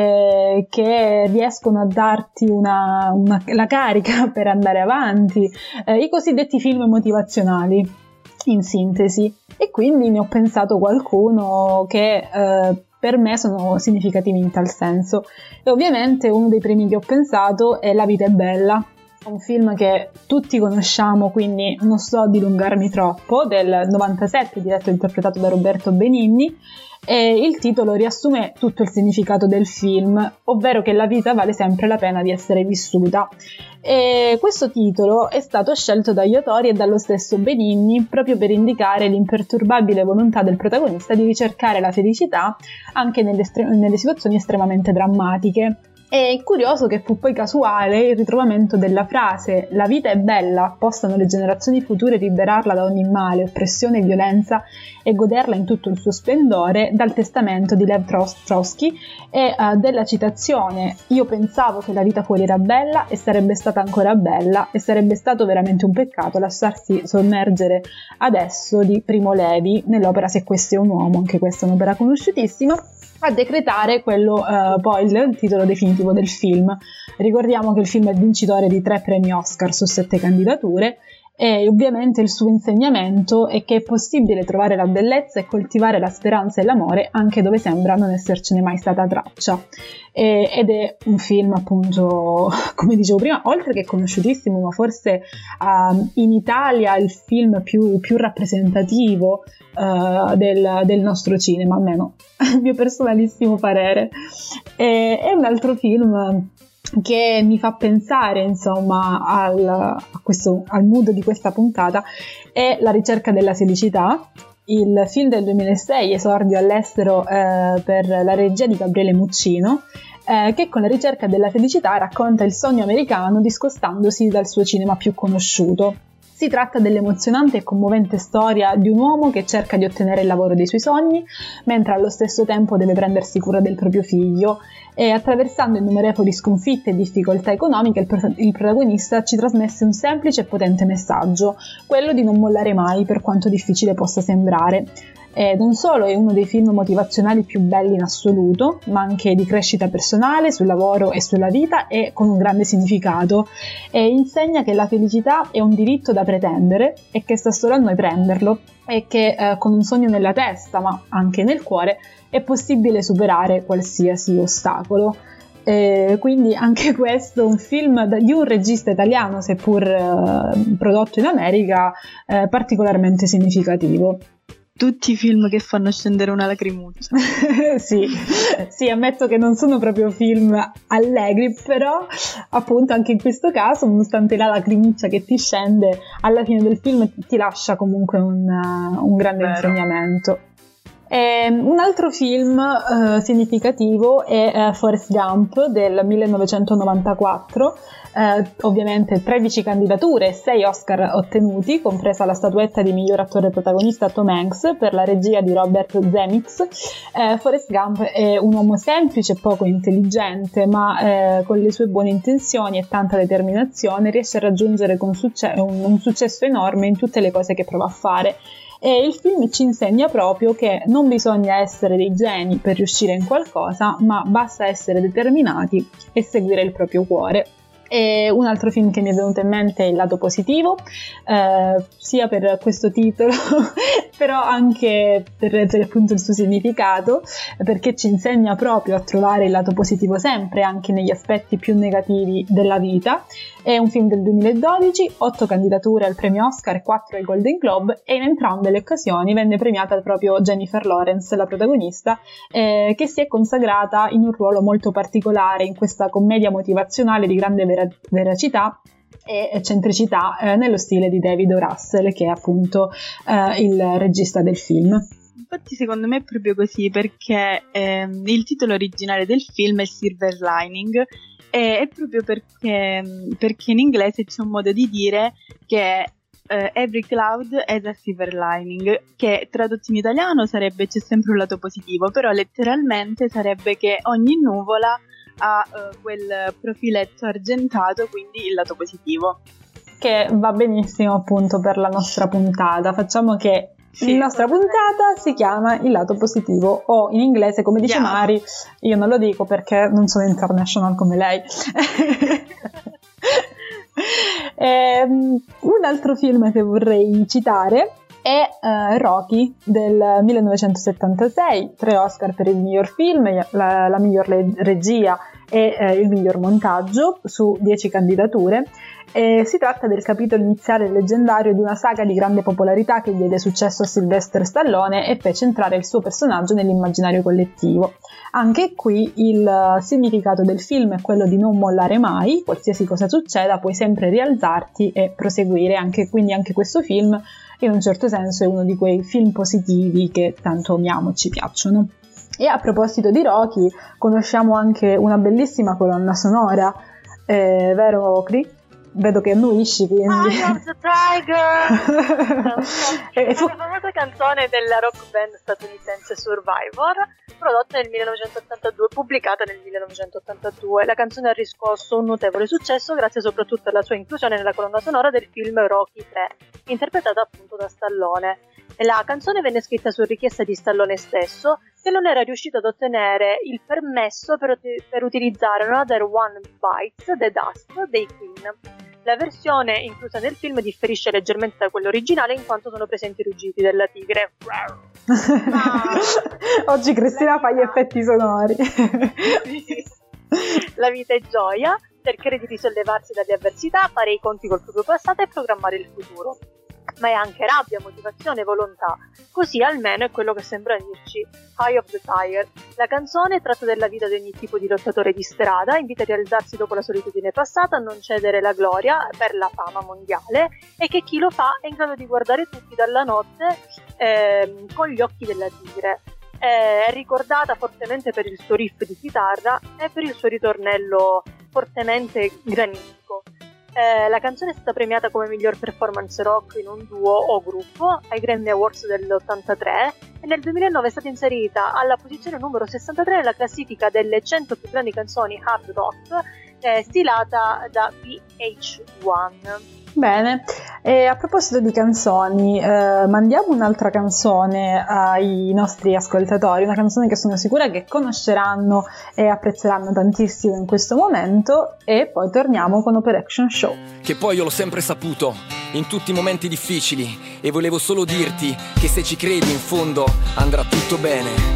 che riescono a darti la carica per andare avanti, i cosiddetti film motivazionali, in sintesi. E quindi ne ho pensato qualcuno che per me sono significativi in tal senso. E ovviamente uno dei primi che ho pensato è La vita è bella, un film che tutti conosciamo, quindi non sto a dilungarmi troppo, del 97, diretto e interpretato da Roberto Benigni, e il titolo riassume tutto il significato del film, ovvero che la vita vale sempre la pena di essere vissuta. E questo titolo è stato scelto dagli autori e dallo stesso Benigni proprio per indicare l'imperturbabile volontà del protagonista di ricercare la felicità anche nelle situazioni estremamente drammatiche. È curioso che fu poi casuale il ritrovamento della frase «La vita è bella, possano le generazioni future liberarla da ogni male, oppressione e violenza e goderla in tutto il suo splendore» dal testamento di Lev Trotsky e della citazione «Io pensavo che la vita fuori era bella e sarebbe stata ancora bella e sarebbe stato veramente un peccato lasciarsi sommergere adesso» di Primo Levi nell'opera Se questo è un uomo, anche questa è un'opera conosciutissima, a decretare quello poi il titolo definitivo del film. Ricordiamo che il film è vincitore di 3 premi Oscar su 7 candidature, e ovviamente il suo insegnamento è che è possibile trovare la bellezza e coltivare la speranza e l'amore anche dove sembra non essercene mai stata traccia. Ed è un film, appunto, come dicevo prima, oltre che conosciutissimo, ma forse in Italia il film più rappresentativo del nostro cinema, almeno il mio personalissimo parere. È un altro film che mi fa pensare, insomma, al mood di questa puntata, è La ricerca della felicità, il film del 2006, esordio all'estero per la regia di Gabriele Muccino, che con la ricerca della felicità racconta il sogno americano discostandosi dal suo cinema più conosciuto. Si tratta dell'emozionante e commovente storia di un uomo che cerca di ottenere il lavoro dei suoi sogni, mentre allo stesso tempo deve prendersi cura del proprio figlio, e attraversando innumerevoli sconfitte e difficoltà economiche il protagonista ci trasmette un semplice e potente messaggio, quello di non mollare mai per quanto difficile possa sembrare. Non solo è uno dei film motivazionali più belli in assoluto, ma anche di crescita personale, sul lavoro e sulla vita, e con un grande significato. E insegna che la felicità è un diritto da pretendere e che sta solo a noi prenderlo, e che con un sogno nella testa, ma anche nel cuore, è possibile superare qualsiasi ostacolo. Quindi anche questo un film di un regista italiano, seppur prodotto in America, particolarmente significativo. Tutti i film che fanno scendere una lacrimuccia. sì, ammetto che non sono proprio film allegri, però appunto anche in questo caso, nonostante la lacrimuccia che ti scende, alla fine del film ti lascia comunque un grande insegnamento. Un altro film significativo è Forrest Gump del 1994, ovviamente 13 candidature e 6 Oscar ottenuti, compresa la statuetta di miglior attore protagonista a Tom Hanks per la regia di Robert Zemeckis. Forrest Gump è un uomo semplice e poco intelligente, ma con le sue buone intenzioni e tanta determinazione riesce a raggiungere con un successo enorme in tutte le cose che prova a fare. E il film ci insegna proprio che non bisogna essere dei geni per riuscire in qualcosa, ma basta essere determinati e seguire il proprio cuore. E un altro film che mi è venuto in mente è Il lato positivo, sia per questo titolo però anche per appunto il suo significato, perché ci insegna proprio a trovare il lato positivo sempre, anche negli aspetti più negativi della vita. È un film del 2012, 8 candidature al premio Oscar e 4 ai Golden Globe, e in entrambe le occasioni venne premiata proprio Jennifer Lawrence, la protagonista, che si è consacrata in un ruolo molto particolare in questa commedia motivazionale di grande veracità e eccentricità, nello stile di David O. Russell, che è appunto il regista del film. Infatti secondo me è proprio così, perché il titolo originale del film è Silver Lining, e è proprio perché in inglese c'è un modo di dire che every cloud has a silver lining, che tradotto in italiano sarebbe c'è sempre un lato positivo, però letteralmente sarebbe che ogni nuvola ha quel profiletto argentato, quindi il lato positivo. Che va benissimo appunto per la nostra puntata. Facciamo che la nostra puntata si chiama Il lato positivo, o in inglese, come dice Mari, io non lo dico perché non sono international come lei. Un altro film che vorrei citare è Rocky del 1976, 3 Oscar per il miglior film, la miglior regia e il miglior montaggio su 10 candidature. Si tratta del capitolo iniziale leggendario di una saga di grande popolarità che diede successo a Sylvester Stallone e fece entrare il suo personaggio nell'immaginario collettivo. Anche qui il significato del film è quello di non mollare mai, qualsiasi cosa succeda puoi sempre rialzarti e proseguire. Quindi anche questo film in un certo senso è uno di quei film positivi che tanto amiamo, ci piacciono. E a proposito di Rocky, conosciamo anche una bellissima colonna sonora, vero Cri? Vedo che annuisci, quindi... Eye of the Tiger! È una famosa canzone della rock band statunitense Survivor, prodotta nel 1982 e pubblicata nel 1982. La canzone ha riscosso un notevole successo grazie soprattutto alla sua inclusione nella colonna sonora del film Rocky 3, interpretata appunto da Stallone. La canzone venne scritta su richiesta di Stallone stesso, che non era riuscito ad ottenere il permesso per utilizzare Another One Bites the Dust dei Queen. La versione inclusa nel film differisce leggermente da quella originale in quanto sono presenti i ruggiti della tigre. Oggi Cristina fa gli effetti sonori. La vita è gioia, cercare di risollevarsi dalle avversità, fare i conti col proprio passato e programmare il futuro. Ma è anche rabbia, motivazione e volontà. Così almeno è quello che sembra dirci Eye of the Tiger. La canzone tratta della vita di ogni tipo di lottatore di strada, invita a rialzarsi dopo la solitudine passata, a non cedere la gloria per la fama mondiale, e che chi lo fa è in grado di guardare tutti dalla notte con Gli occhi della tigre. È ricordata fortemente per il suo riff di chitarra e per il suo ritornello fortemente granitico. La canzone è stata premiata come miglior performance rock in un duo o gruppo ai Grammy Awards del'83 e nel 2009 è stata inserita alla posizione numero 63 nella classifica delle 100 più grandi canzoni hard rock stilata da VH1. Bene, e a proposito di canzoni, mandiamo un'altra canzone ai nostri ascoltatori, una canzone che sono sicura che conosceranno e apprezzeranno tantissimo in questo momento, e poi torniamo con Operation Show. Che poi io l'ho sempre saputo, in tutti i momenti difficili, e volevo solo dirti che se ci credi in fondo andrà tutto bene.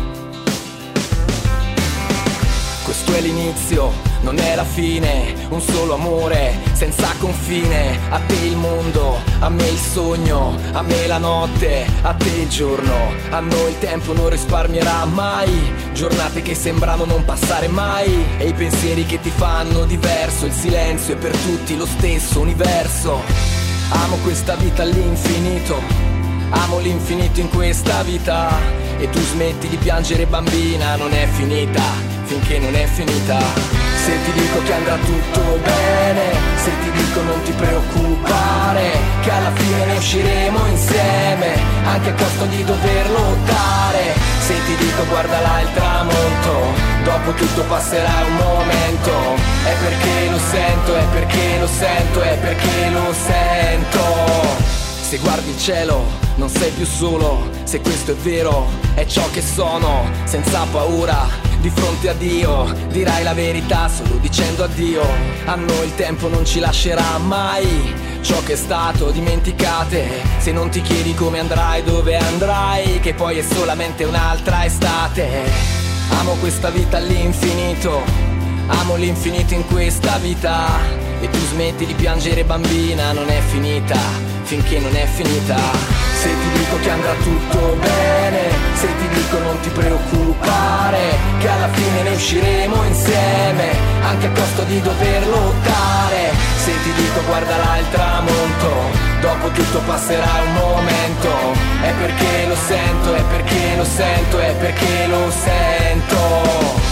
Questo è l'inizio, non è la fine, un solo amore senza confine. A te il mondo, a me il sogno, a me la notte, a te il giorno. A noi il tempo non risparmierà mai, giornate che sembrano non passare mai, e i pensieri che ti fanno diverso. Il silenzio è per tutti lo stesso universo. Amo questa vita all'infinito, amo l'infinito in questa vita. E tu smetti di piangere bambina, non è finita finché non è finita. Se ti dico che andrà tutto bene, se ti dico non ti preoccupare, che alla fine ne usciremo insieme, anche a costo di dover lottare. Se ti dico guarda là il tramonto, dopo tutto passerà un momento. È perché lo sento, è perché lo sento, è perché lo sento. Se guardi il cielo non sei più solo, se questo è vero è ciò che sono, senza paura di fronte a Dio, dirai la verità solo dicendo addio. A noi il tempo non ci lascerà mai, ciò che è stato dimenticate. Se non ti chiedi come andrai, dove andrai, che poi è solamente un'altra estate. Amo questa vita all'infinito, amo l'infinito in questa vita. E tu smetti di piangere bambina, non è finita finché non è finita. Se ti dico che andrà tutto bene, se ti dico non ti preoccupare, che alla fine ne usciremo insieme, anche a costo di dover lottare. Se ti dico guarda là il tramonto, dopo tutto passerà un momento. È perché lo sento, è perché lo sento, è perché lo sento.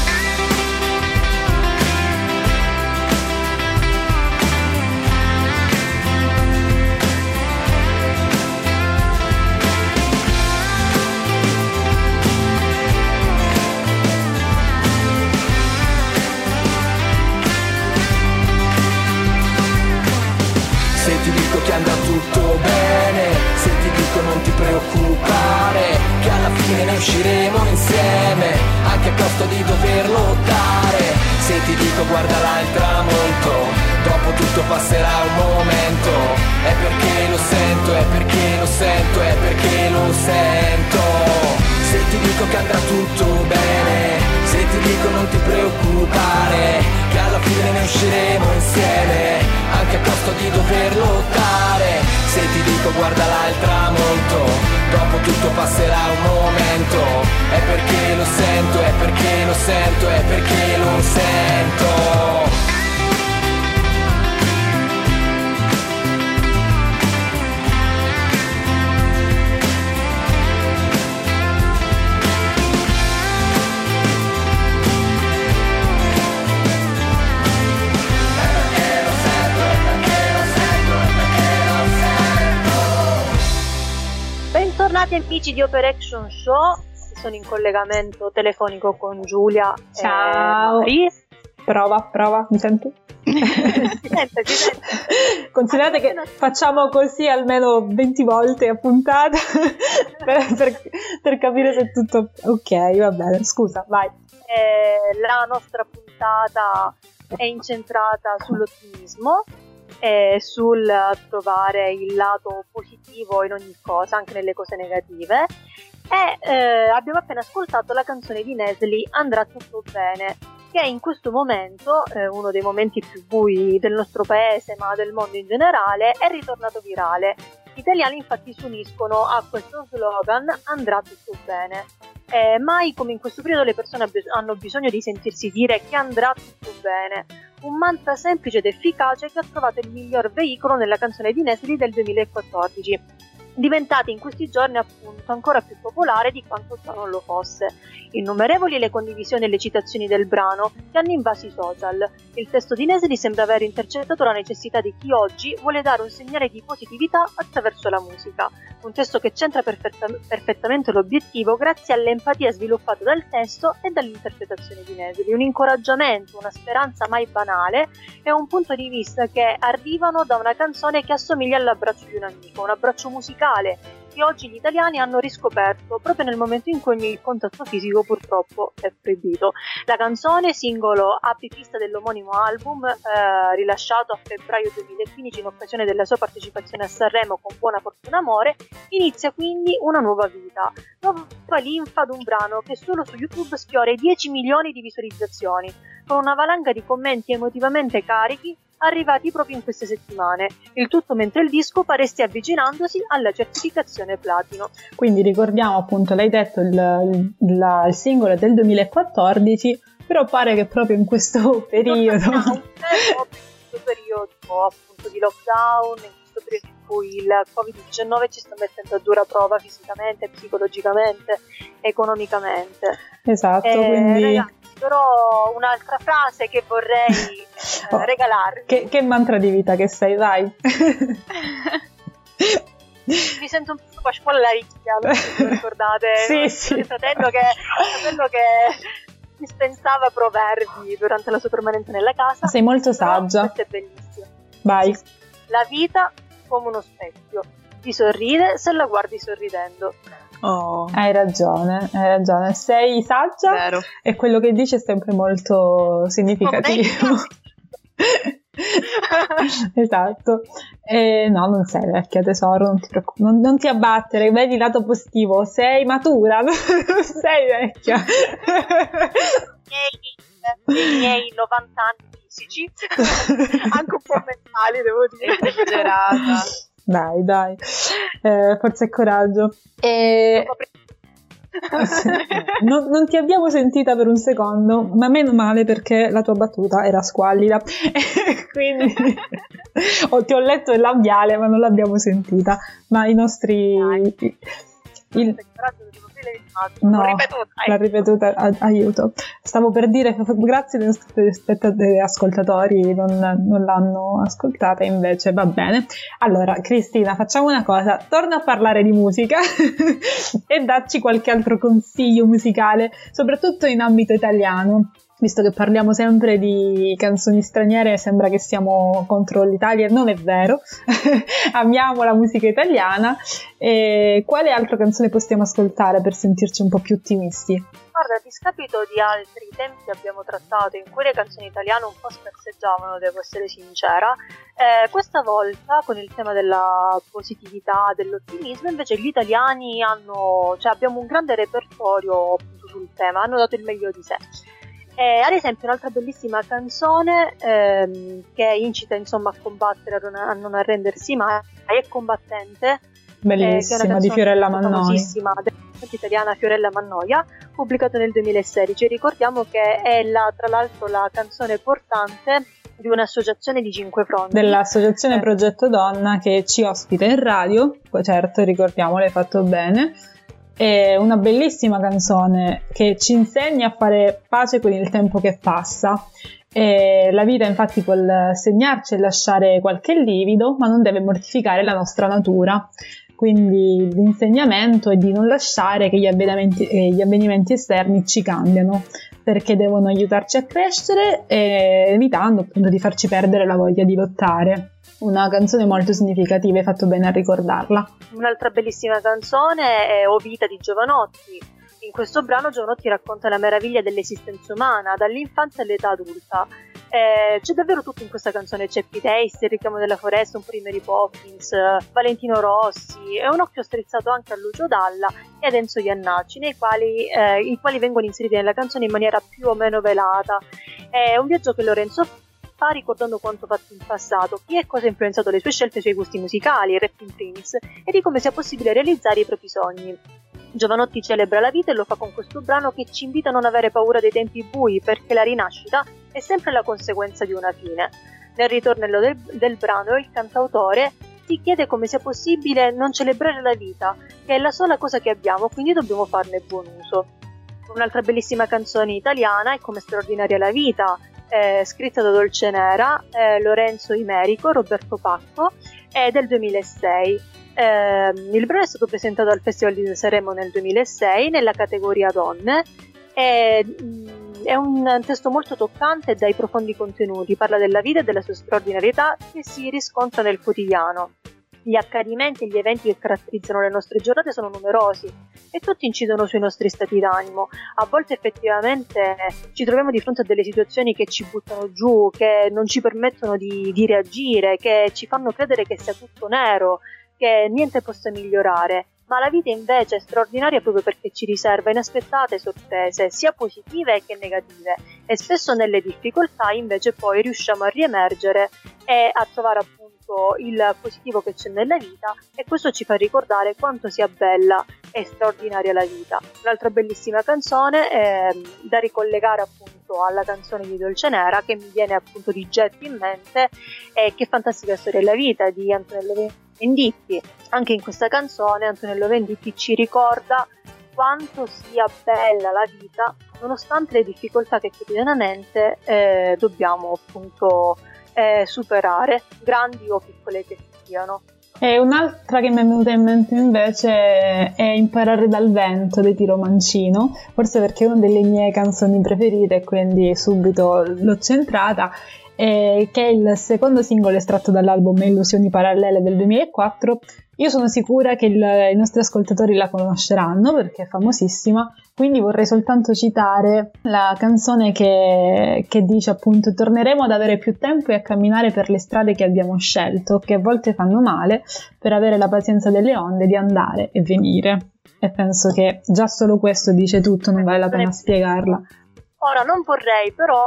Che andrà tutto bene, se ti dico non ti preoccupare, che alla fine ne usciremo insieme, anche a costo di dover lottare. Se ti dico guarda là il tramonto, dopo tutto passerà un momento. È perché lo sento, è perché lo sento, è perché lo sento. Se ti dico che andrà tutto bene, se ti dico non ti preoccupare, che alla fine ne usciremo insieme, anche a costo di dover lottare. Se ti dico guarda là il tramonto, dopo tutto passerà un momento. È perché lo sento, è perché lo sento, è perché lo sento. Bentornati amici di Operation Show, sono in collegamento telefonico con Giulia. Ciao. Prova, mi senti? Si sente. Considerate che facciamo così almeno 20 volte a puntata per capire se è tutto ok, va bene, scusa, vai. La nostra puntata è incentrata sull'ottimismo, sul trovare il lato positivo in ogni cosa, anche nelle cose negative. E abbiamo appena ascoltato la canzone di Nesli Andrà tutto bene, che in questo momento, uno dei momenti più bui del nostro paese ma del mondo in generale, è ritornato virale. Gli italiani infatti si uniscono a questo slogan Andrà tutto bene. Mai come in questo periodo le persone hanno bisogno di sentirsi dire che andrà tutto bene, un mantra semplice ed efficace che ha trovato il miglior veicolo nella canzone di Nesli del 2014. diventati in questi giorni appunto ancora più popolare di quanto già non lo fosse. Innumerevoli le condivisioni e le citazioni del brano che hanno invaso i social. Il testo di Nesli sembra aver intercettato la necessità di chi oggi vuole dare un segnale di positività attraverso la musica. Un testo che centra perfettamente l'obiettivo grazie all'empatia sviluppata dal testo e dall'interpretazione di Nesli. Un incoraggiamento, una speranza mai banale e un punto di vista che arrivano da una canzone che assomiglia all'abbraccio di un amico, un abbraccio musicale che oggi gli italiani hanno riscoperto proprio nel momento in cui il contatto fisico purtroppo è proibito. La canzone, singolo apripista dell'omonimo album, rilasciato a febbraio 2015 in occasione della sua partecipazione a Sanremo con Buona Fortuna Amore, inizia quindi una nuova vita, nuova linfa ad un brano che solo su YouTube sfiora i 10 milioni di visualizzazioni, con una valanga di commenti emotivamente carichi arrivati proprio in queste settimane, il tutto mentre il disco pare stia avvicinandosi alla certificazione platino. Quindi ricordiamo, appunto, l'hai detto, il singolo è del 2014, però pare che proprio in questo periodo appunto di lockdown, in questo periodo in cui il Covid-19 ci sta mettendo a dura prova fisicamente, psicologicamente, economicamente. Esatto, quindi... Ragazzi, però un'altra frase che vorrei regalarvi. Che mantra di vita che sei, vai. Mi sento un po' Pasquale la Ricchia, non so se lo ricordate. Sì. Il fratello che dispensava proverbi durante la sua permanenza nella casa. Sei molto saggia. Questo è bellissimo. Vai. La vita come uno specchio, ti sorride se la guardi sorridendo. Oh. Hai ragione, sei saggia. Vero. E quello che dici è sempre molto significativo. Esatto. No, non sei vecchia, tesoro, non ti preoccupare, non ti abbattere, vedi il lato positivo, sei matura, non sei vecchia. I miei 90 anni fisici, anche un po' mentali, devo dire. Esagerata. Dai, forza e coraggio. Non ti abbiamo sentita per un secondo, ma meno male, perché la tua battuta era squallida. Quindi ti ho letto il labiale, ma non l'abbiamo sentita. Ma i nostri... No, l'ha ripetuta, aiuto. Stavo per dire che grazie ai nostri ascoltatori non l'hanno ascoltata, invece va bene. Allora, Cristina, facciamo una cosa, torna a parlare di musica e dacci qualche altro consiglio musicale, soprattutto in ambito italiano. Visto che parliamo sempre di canzoni straniere, sembra che siamo contro l'Italia, non è vero. Amiamo la musica italiana. E quale altra canzone possiamo ascoltare per sentirci un po' più ottimisti? Guarda, a discapito di altri temi che abbiamo trattato in cui le canzoni italiane un po' scarseggiavano, devo essere sincera, questa volta con il tema della positività, dell'ottimismo, invece gli italiani abbiamo un grande repertorio appunto sul tema, hanno dato il meglio di sé. Ad esempio un'altra bellissima canzone che incita insomma a combattere, a non arrendersi mai, è Combattente, bellissima, di Fiorella Mannoia, famosissima della italiana Fiorella Mannoia, pubblicato nel 2016. Ricordiamo che è tra l'altro la canzone portante di un'associazione di 5 fronti, dell'associazione Progetto Donna, che ci ospita in radio, certo, ricordiamo, l'hai fatto bene. È una bellissima canzone che ci insegna a fare pace con il tempo che passa. La vita infatti può segnarci e lasciare qualche livido, ma non deve mortificare la nostra natura. Quindi l'insegnamento è di non lasciare che gli avvenimenti esterni ci cambiano, perché devono aiutarci a crescere, evitando appunto di farci perdere la voglia di lottare. Una canzone molto significativa, hai fatto bene a ricordarla. Un'altra bellissima canzone è O Vita di Giovanotti. In questo brano Giovanotti racconta la meraviglia dell'esistenza umana, dall'infanzia all'età adulta. C'è davvero tutto in questa canzone, c'è Pete Hayes, il richiamo della foresta, un po' di Mary Poppins, Valentino Rossi, e un occhio strizzato anche a Lucio Dalla e ad Enzo Iannacci, i quali vengono inseriti nella canzone in maniera più o meno velata. È un viaggio che Lorenzo fa ricordando quanto fatto in passato, chi e cosa ha influenzato le sue scelte e i suoi gusti musicali, il rap in primis, e di come sia possibile realizzare i propri sogni. Giovanotti celebra la vita e lo fa con questo brano che ci invita a non avere paura dei tempi bui, perché la rinascita è sempre la conseguenza di una fine. Nel ritornello del brano il cantautore si chiede come sia possibile non celebrare la vita, che è la sola cosa che abbiamo, quindi dobbiamo farne buon uso. Un'altra bellissima canzone italiana è Come straordinaria la vita, scritta da Dolcenera, Lorenzo Imerico, Roberto Pacco, è del 2006. Il brano è stato presentato al Festival di Sanremo nel 2006 nella categoria donne. È un testo molto toccante e dai profondi contenuti, parla della vita e della sua straordinarietà che si riscontra nel quotidiano. Gli accadimenti e gli eventi che caratterizzano le nostre giornate sono numerosi e tutti incidono sui nostri stati d'animo. A volte effettivamente ci troviamo di fronte a delle situazioni che ci buttano giù, che non ci permettono di reagire, che ci fanno credere che sia tutto nero, che niente possa migliorare. Ma la vita invece è straordinaria proprio perché ci riserva inaspettate sorprese, sia positive che negative, e spesso nelle difficoltà invece poi riusciamo a riemergere e a trovare appunto il positivo che c'è nella vita, e questo ci fa ricordare quanto sia bella e straordinaria la vita. Un'altra bellissima canzone da ricollegare appunto alla canzone di Dolcenera, che mi viene appunto di getto in mente, è Che fantastica storia della vita di Antonello Venditti. Anche in questa canzone Antonello Venditti ci ricorda quanto sia bella la vita nonostante le difficoltà che quotidianamente dobbiamo appunto superare, grandi o piccole che siano. E un'altra che mi è venuta in mente invece è Imparare dal vento di Tiro Mancino, forse perché è una delle mie canzoni preferite e quindi subito l'ho centrata, che è il secondo singolo estratto dall'album Illusioni Parallele del 2004. Io sono sicura che i nostri ascoltatori la conosceranno perché è famosissima, quindi vorrei soltanto citare la canzone che dice appunto: torneremo ad avere più tempo e a camminare per le strade che abbiamo scelto, che a volte fanno male, per avere la pazienza delle onde di andare e venire. E penso che già solo questo dice tutto, non vale la pena spiegarla. Ora non vorrei però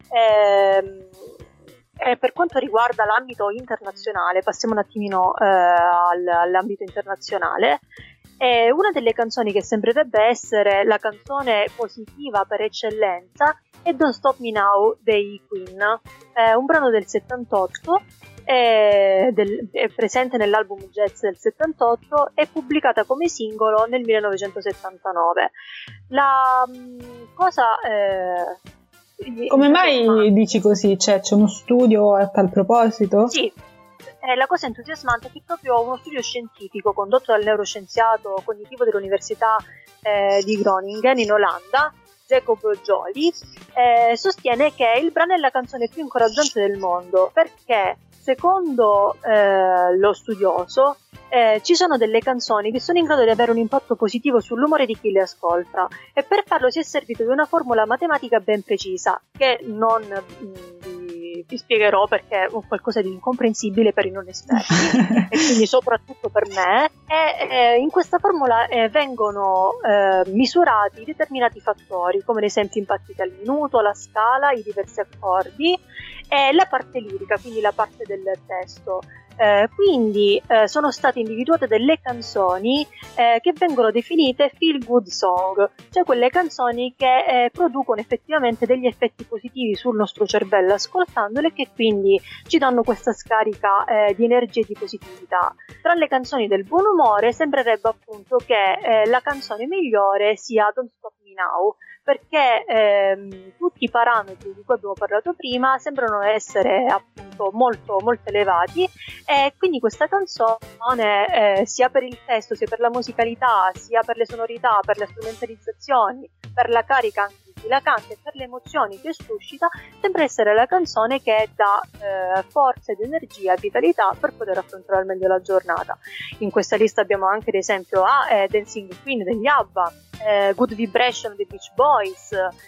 per quanto riguarda l'ambito internazionale, passiamo un attimino all'ambito internazionale. Una delle canzoni che sembrerebbe essere la canzone positiva per eccellenza è Don't Stop Me Now dei Queen, un brano del 78, è presente nell'album Jazz del 78 e pubblicata come singolo nel 1979. La cosa... Come mai dici così? C'è uno studio a tal proposito? Sì, la cosa entusiasmante è che proprio uno studio scientifico condotto dal neuroscienziato cognitivo dell'Università di Groningen in Olanda, Jacob Joly, sostiene che il brano è la canzone più incoraggiante del mondo perché, secondo lo studioso, ci sono delle canzoni che sono in grado di avere un impatto positivo sull'umore di chi le ascolta, e per farlo si è servito di una formula matematica ben precisa che non vi spiegherò perché è qualcosa di incomprensibile per i non esperti e quindi soprattutto per me. In questa formula vengono misurati determinati fattori, come ad esempio impatti al minuto, la scala, i diversi accordi e la parte lirica, quindi la parte del testo. Quindi sono state individuate delle canzoni che vengono definite feel good song, cioè quelle canzoni che producono effettivamente degli effetti positivi sul nostro cervello ascoltandole, che quindi ci danno questa scarica di energia e di positività. Tra le canzoni del buon umore sembrerebbe appunto che la canzone migliore sia Don't Stop Me Now, perché tutti i parametri di cui abbiamo parlato prima sembrano essere appunto molto molto elevati, e quindi questa canzone sia per il testo, sia per la musicalità, sia per le sonorità, per le strumentalizzazioni, per la carica anche la canta e per le emozioni che suscita, sembra essere la canzone che dà forza ed energia e vitalità per poter affrontare al meglio la giornata. In questa lista abbiamo anche ad esempio Dancing Queen degli ABBA, Good Vibration dei Beach Boys,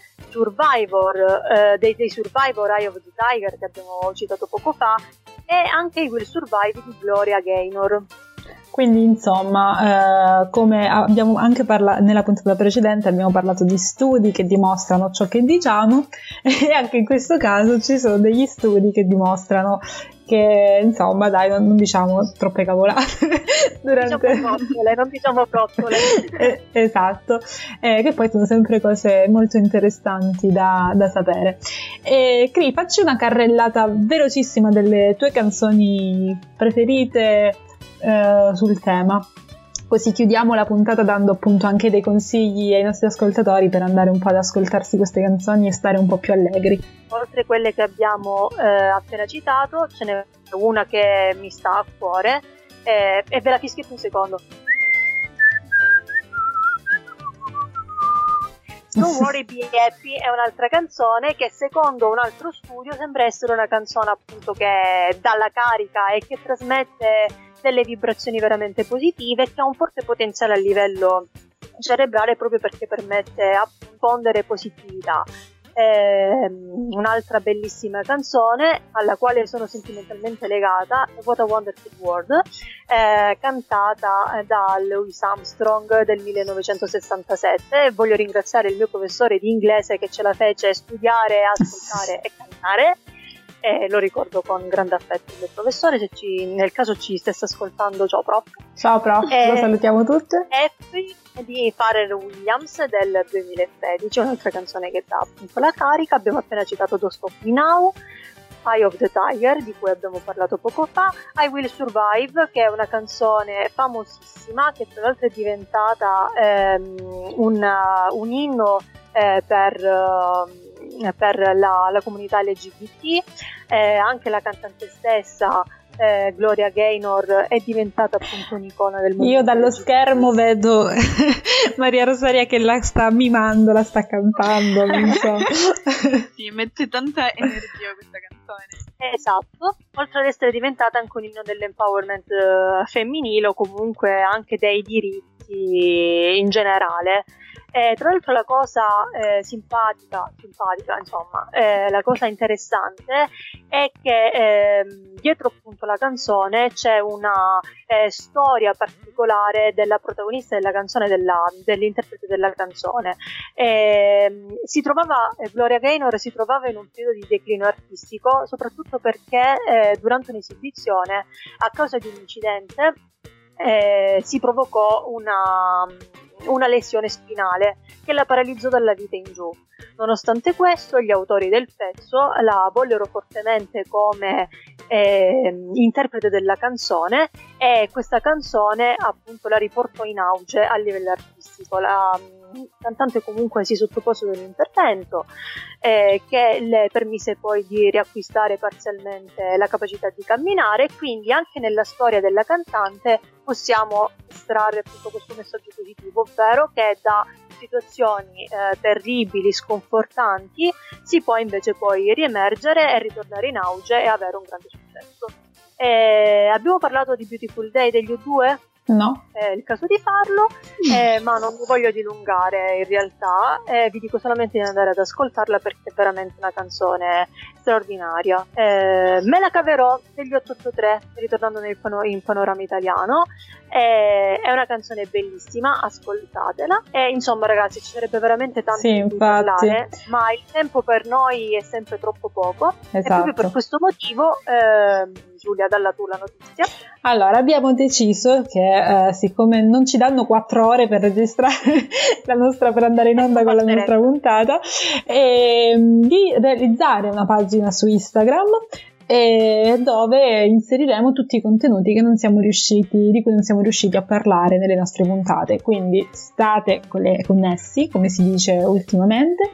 Survivor dei Survivor, Eye of the Tiger che abbiamo citato poco fa, e anche I Will Survive di Gloria Gaynor. Quindi insomma, come abbiamo anche parlato nella puntata precedente, abbiamo parlato di studi che dimostrano ciò che diciamo, e anche in questo caso ci sono degli studi che dimostrano che insomma dai, non diciamo troppe cavolate durante... non diciamo frottole. Esatto, che poi sono sempre cose molto interessanti da sapere. Cri, facci una carrellata velocissima delle tue canzoni preferite sul tema. Così chiudiamo la puntata dando appunto anche dei consigli ai nostri ascoltatori per andare un po' ad ascoltarsi queste canzoni e stare un po' più allegri. Oltre a quelle che abbiamo appena citato, ce n'è una che mi sta a cuore e ve la fischietto un secondo. Don't Worry Be Happy è un'altra canzone che secondo un altro studio sembra essere una canzone appunto che dà la carica e che trasmette delle vibrazioni veramente positive e che ha un forte potenziale a livello cerebrale proprio perché permette a diffondere positività. Un'altra bellissima canzone alla quale sono sentimentalmente legata è What a Wonderful World, cantata da Louis Armstrong del 1967. Voglio ringraziare il mio professore di inglese che ce la fece studiare, ascoltare e cantare. Lo ricordo con grande affetto il mio professore, se nel caso ci stesse ascoltando. Ciao prof. Ciao prof, lo salutiamo tutte. Happy di Pharrell Williams del 2013, un'altra canzone che dà appunto la carica. Abbiamo appena citato Don't Stop Me Now, Eye of the Tiger di cui abbiamo parlato poco fa, I Will Survive che è una canzone famosissima che tra l'altro è diventata un inno per la comunità LGBT. Anche la cantante stessa Gloria Gaynor è diventata appunto un'icona del mondo. Io dallo schermo vedo Maria Rosaria che la sta mimando, la sta cantando, non so. Sì, mette tanta energia questa canzone. Esatto, oltre ad essere diventata anche un inno dell'empowerment femminile o comunque anche dei diritti in generale. Tra l'altro la cosa simpatica insomma, la cosa interessante è che dietro appunto la canzone c'è una storia particolare della protagonista della canzone, dell'interprete della canzone. Gloria Gaynor si trovava in un periodo di declino artistico, soprattutto perché durante un'esibizione, a causa di un incidente, si provocò una lesione spinale che la paralizzò dalla vita in giù. Nonostante questo, gli autori del pezzo la vollero fortemente come interprete della canzone e questa canzone appunto la riportò in auge a livello artistico. La cantante comunque si sottopose ad un intervento che le permise poi di riacquistare parzialmente la capacità di camminare, e quindi anche nella storia della cantante possiamo estrarre appunto questo messaggio positivo, ovvero che da situazioni terribili, sconfortanti, si può invece poi riemergere e ritornare in auge e avere un grande successo. Abbiamo parlato di Beautiful Day degli U2? No. È il caso di farlo, ma non mi voglio dilungare in realtà, vi dico solamente di andare ad ascoltarla perché è veramente una canzone straordinaria. Me la caverò degli 883, ritornando in panorama italiano. È una canzone bellissima, ascoltatela. E insomma ragazzi, ci sarebbe veramente tanto di cui parlare, ma il tempo per noi è sempre troppo poco. Esatto. E proprio per questo motivo Giulia, dalla tu la notizia. Allora, abbiamo deciso che siccome non ci danno 4 ore per registrare per andare in onda con la nostra puntata, di realizzare una pagina su Instagram dove inseriremo tutti i contenuti di cui non siamo riusciti a parlare nelle nostre puntate. Quindi state connessi, come si dice ultimamente,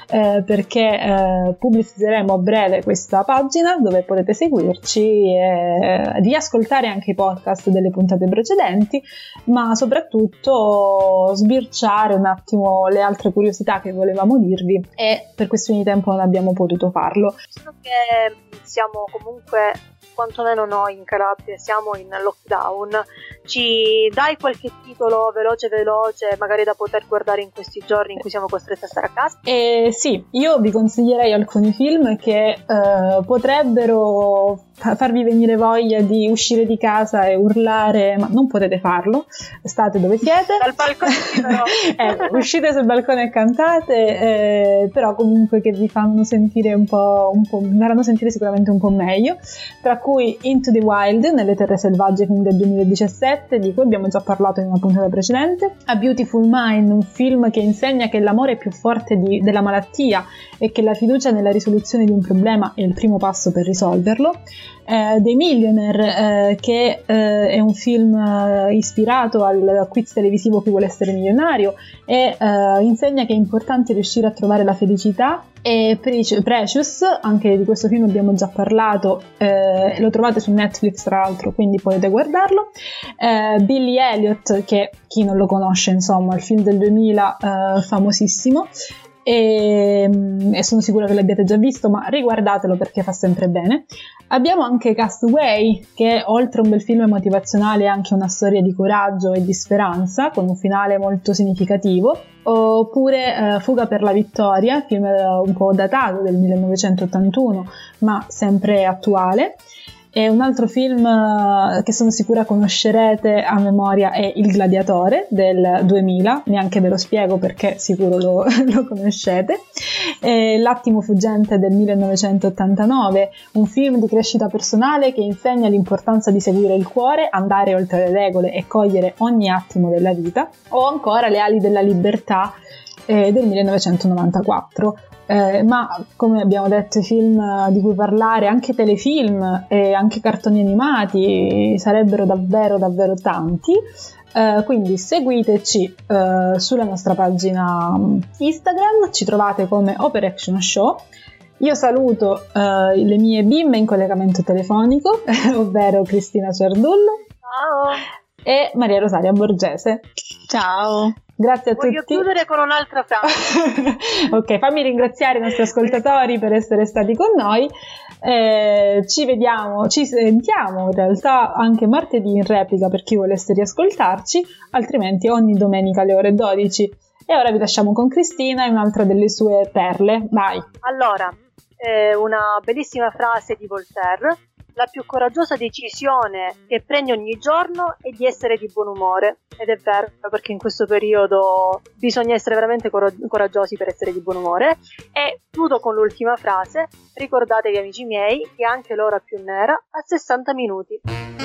perché pubblicizzeremo a breve questa pagina dove potete seguirci e riascoltare anche i podcast delle puntate precedenti, ma soprattutto sbirciare un attimo le altre curiosità che volevamo dirvi, e per questioni di tempo non abbiamo potuto farlo. Visto che siamo comunque, quantomeno noi in Calabria, siamo in lockdown, ci dai qualche titolo veloce, magari da poter guardare in questi giorni in cui siamo costretti a stare a casa? Sì, io vi consiglierei alcuni film che potrebbero farvi venire voglia di uscire di casa e urlare, ma non potete farlo, state dove siete. Dal balcone però. Uscite sul balcone e cantate, però comunque che vi fanno sentire un po', faranno sentire sicuramente un po' meglio, tra cui Into the Wild, Nelle terre selvagge, film del 2017, di cui abbiamo già parlato in una puntata precedente. A Beautiful Mind, un film che insegna che l'amore è più forte della malattia e che la fiducia nella risoluzione di un problema è il primo passo per risolverlo. The Millionaire, che è un film ispirato al quiz televisivo Chi vuole essere milionario e insegna che è importante riuscire a trovare la felicità. E Precious, anche di questo film abbiamo già parlato, lo trovate su Netflix tra l'altro, quindi potete guardarlo. Billy Elliot, che chi non lo conosce, insomma, il film del 2000 famosissimo, e sono sicura che l'abbiate già visto, ma riguardatelo perché fa sempre bene. Abbiamo anche Castaway, che oltre a un bel film motivazionale è anche una storia di coraggio e di speranza, con un finale molto significativo. Oppure Fuga per la vittoria, film un po' datato del 1981, ma sempre attuale. E un altro film che sono sicura conoscerete a memoria è Il gladiatore del 2000, neanche ve lo spiego perché sicuro lo conoscete. L'attimo fuggente del 1989, un film di crescita personale che insegna l'importanza di seguire il cuore, andare oltre le regole e cogliere ogni attimo della vita. O ancora Le ali della libertà del 1994. Ma come abbiamo detto, i film di cui parlare, anche telefilm e anche cartoni animati, sarebbero davvero davvero tanti, quindi seguiteci sulla nostra pagina Instagram, ci trovate come Operation Show. Io saluto le mie bimbe in collegamento telefonico, ovvero Cristina Ciardullo. Ciao. E Maria Rosaria Borgese. Ciao. Grazie a Voglio tutti. chiudere con un'altra frase. Ok, fammi ringraziare i nostri ascoltatori per essere stati con noi. Ci sentiamo in realtà anche martedì in replica per chi volesse riascoltarci, altrimenti ogni domenica alle ore 12. E ora vi lasciamo con Cristina e un'altra delle sue perle. Vai. Allora, una bellissima frase di Voltaire: la più coraggiosa decisione che prendi ogni giorno è di essere di buon umore. Ed è vero, perché in questo periodo bisogna essere veramente coraggiosi per essere di buon umore. E chiudo con l'ultima frase: ricordatevi, amici miei, che anche l'ora più nera ha 60 minuti.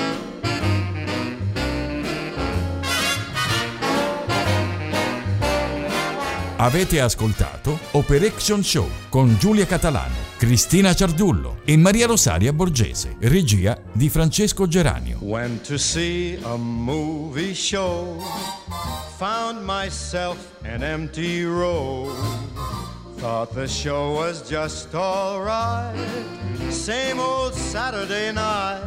Avete ascoltato Operation Show con Giulia Catalano, Cristina Ciardullo e Maria Rosaria Borgese, regia di Francesco Geranio. Went to see a movie show, found myself an empty row, thought the show was just alright, same old Saturday night.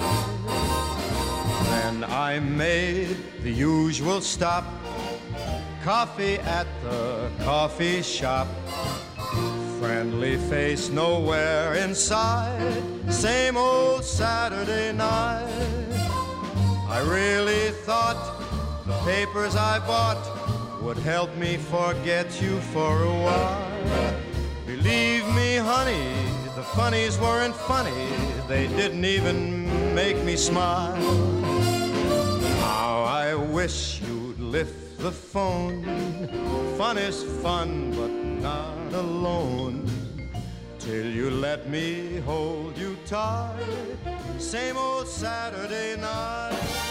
Then I made the usual stop, coffee at the coffee shop, friendly face nowhere inside, same old Saturday night. I really thought the papers I bought would help me forget you for a while. Believe me, honey, the funnies weren't funny, they didn't even make me smile. How I wish you'd lift the phone. Fun is fun, but not alone, till you let me hold you tight, same old Saturday night.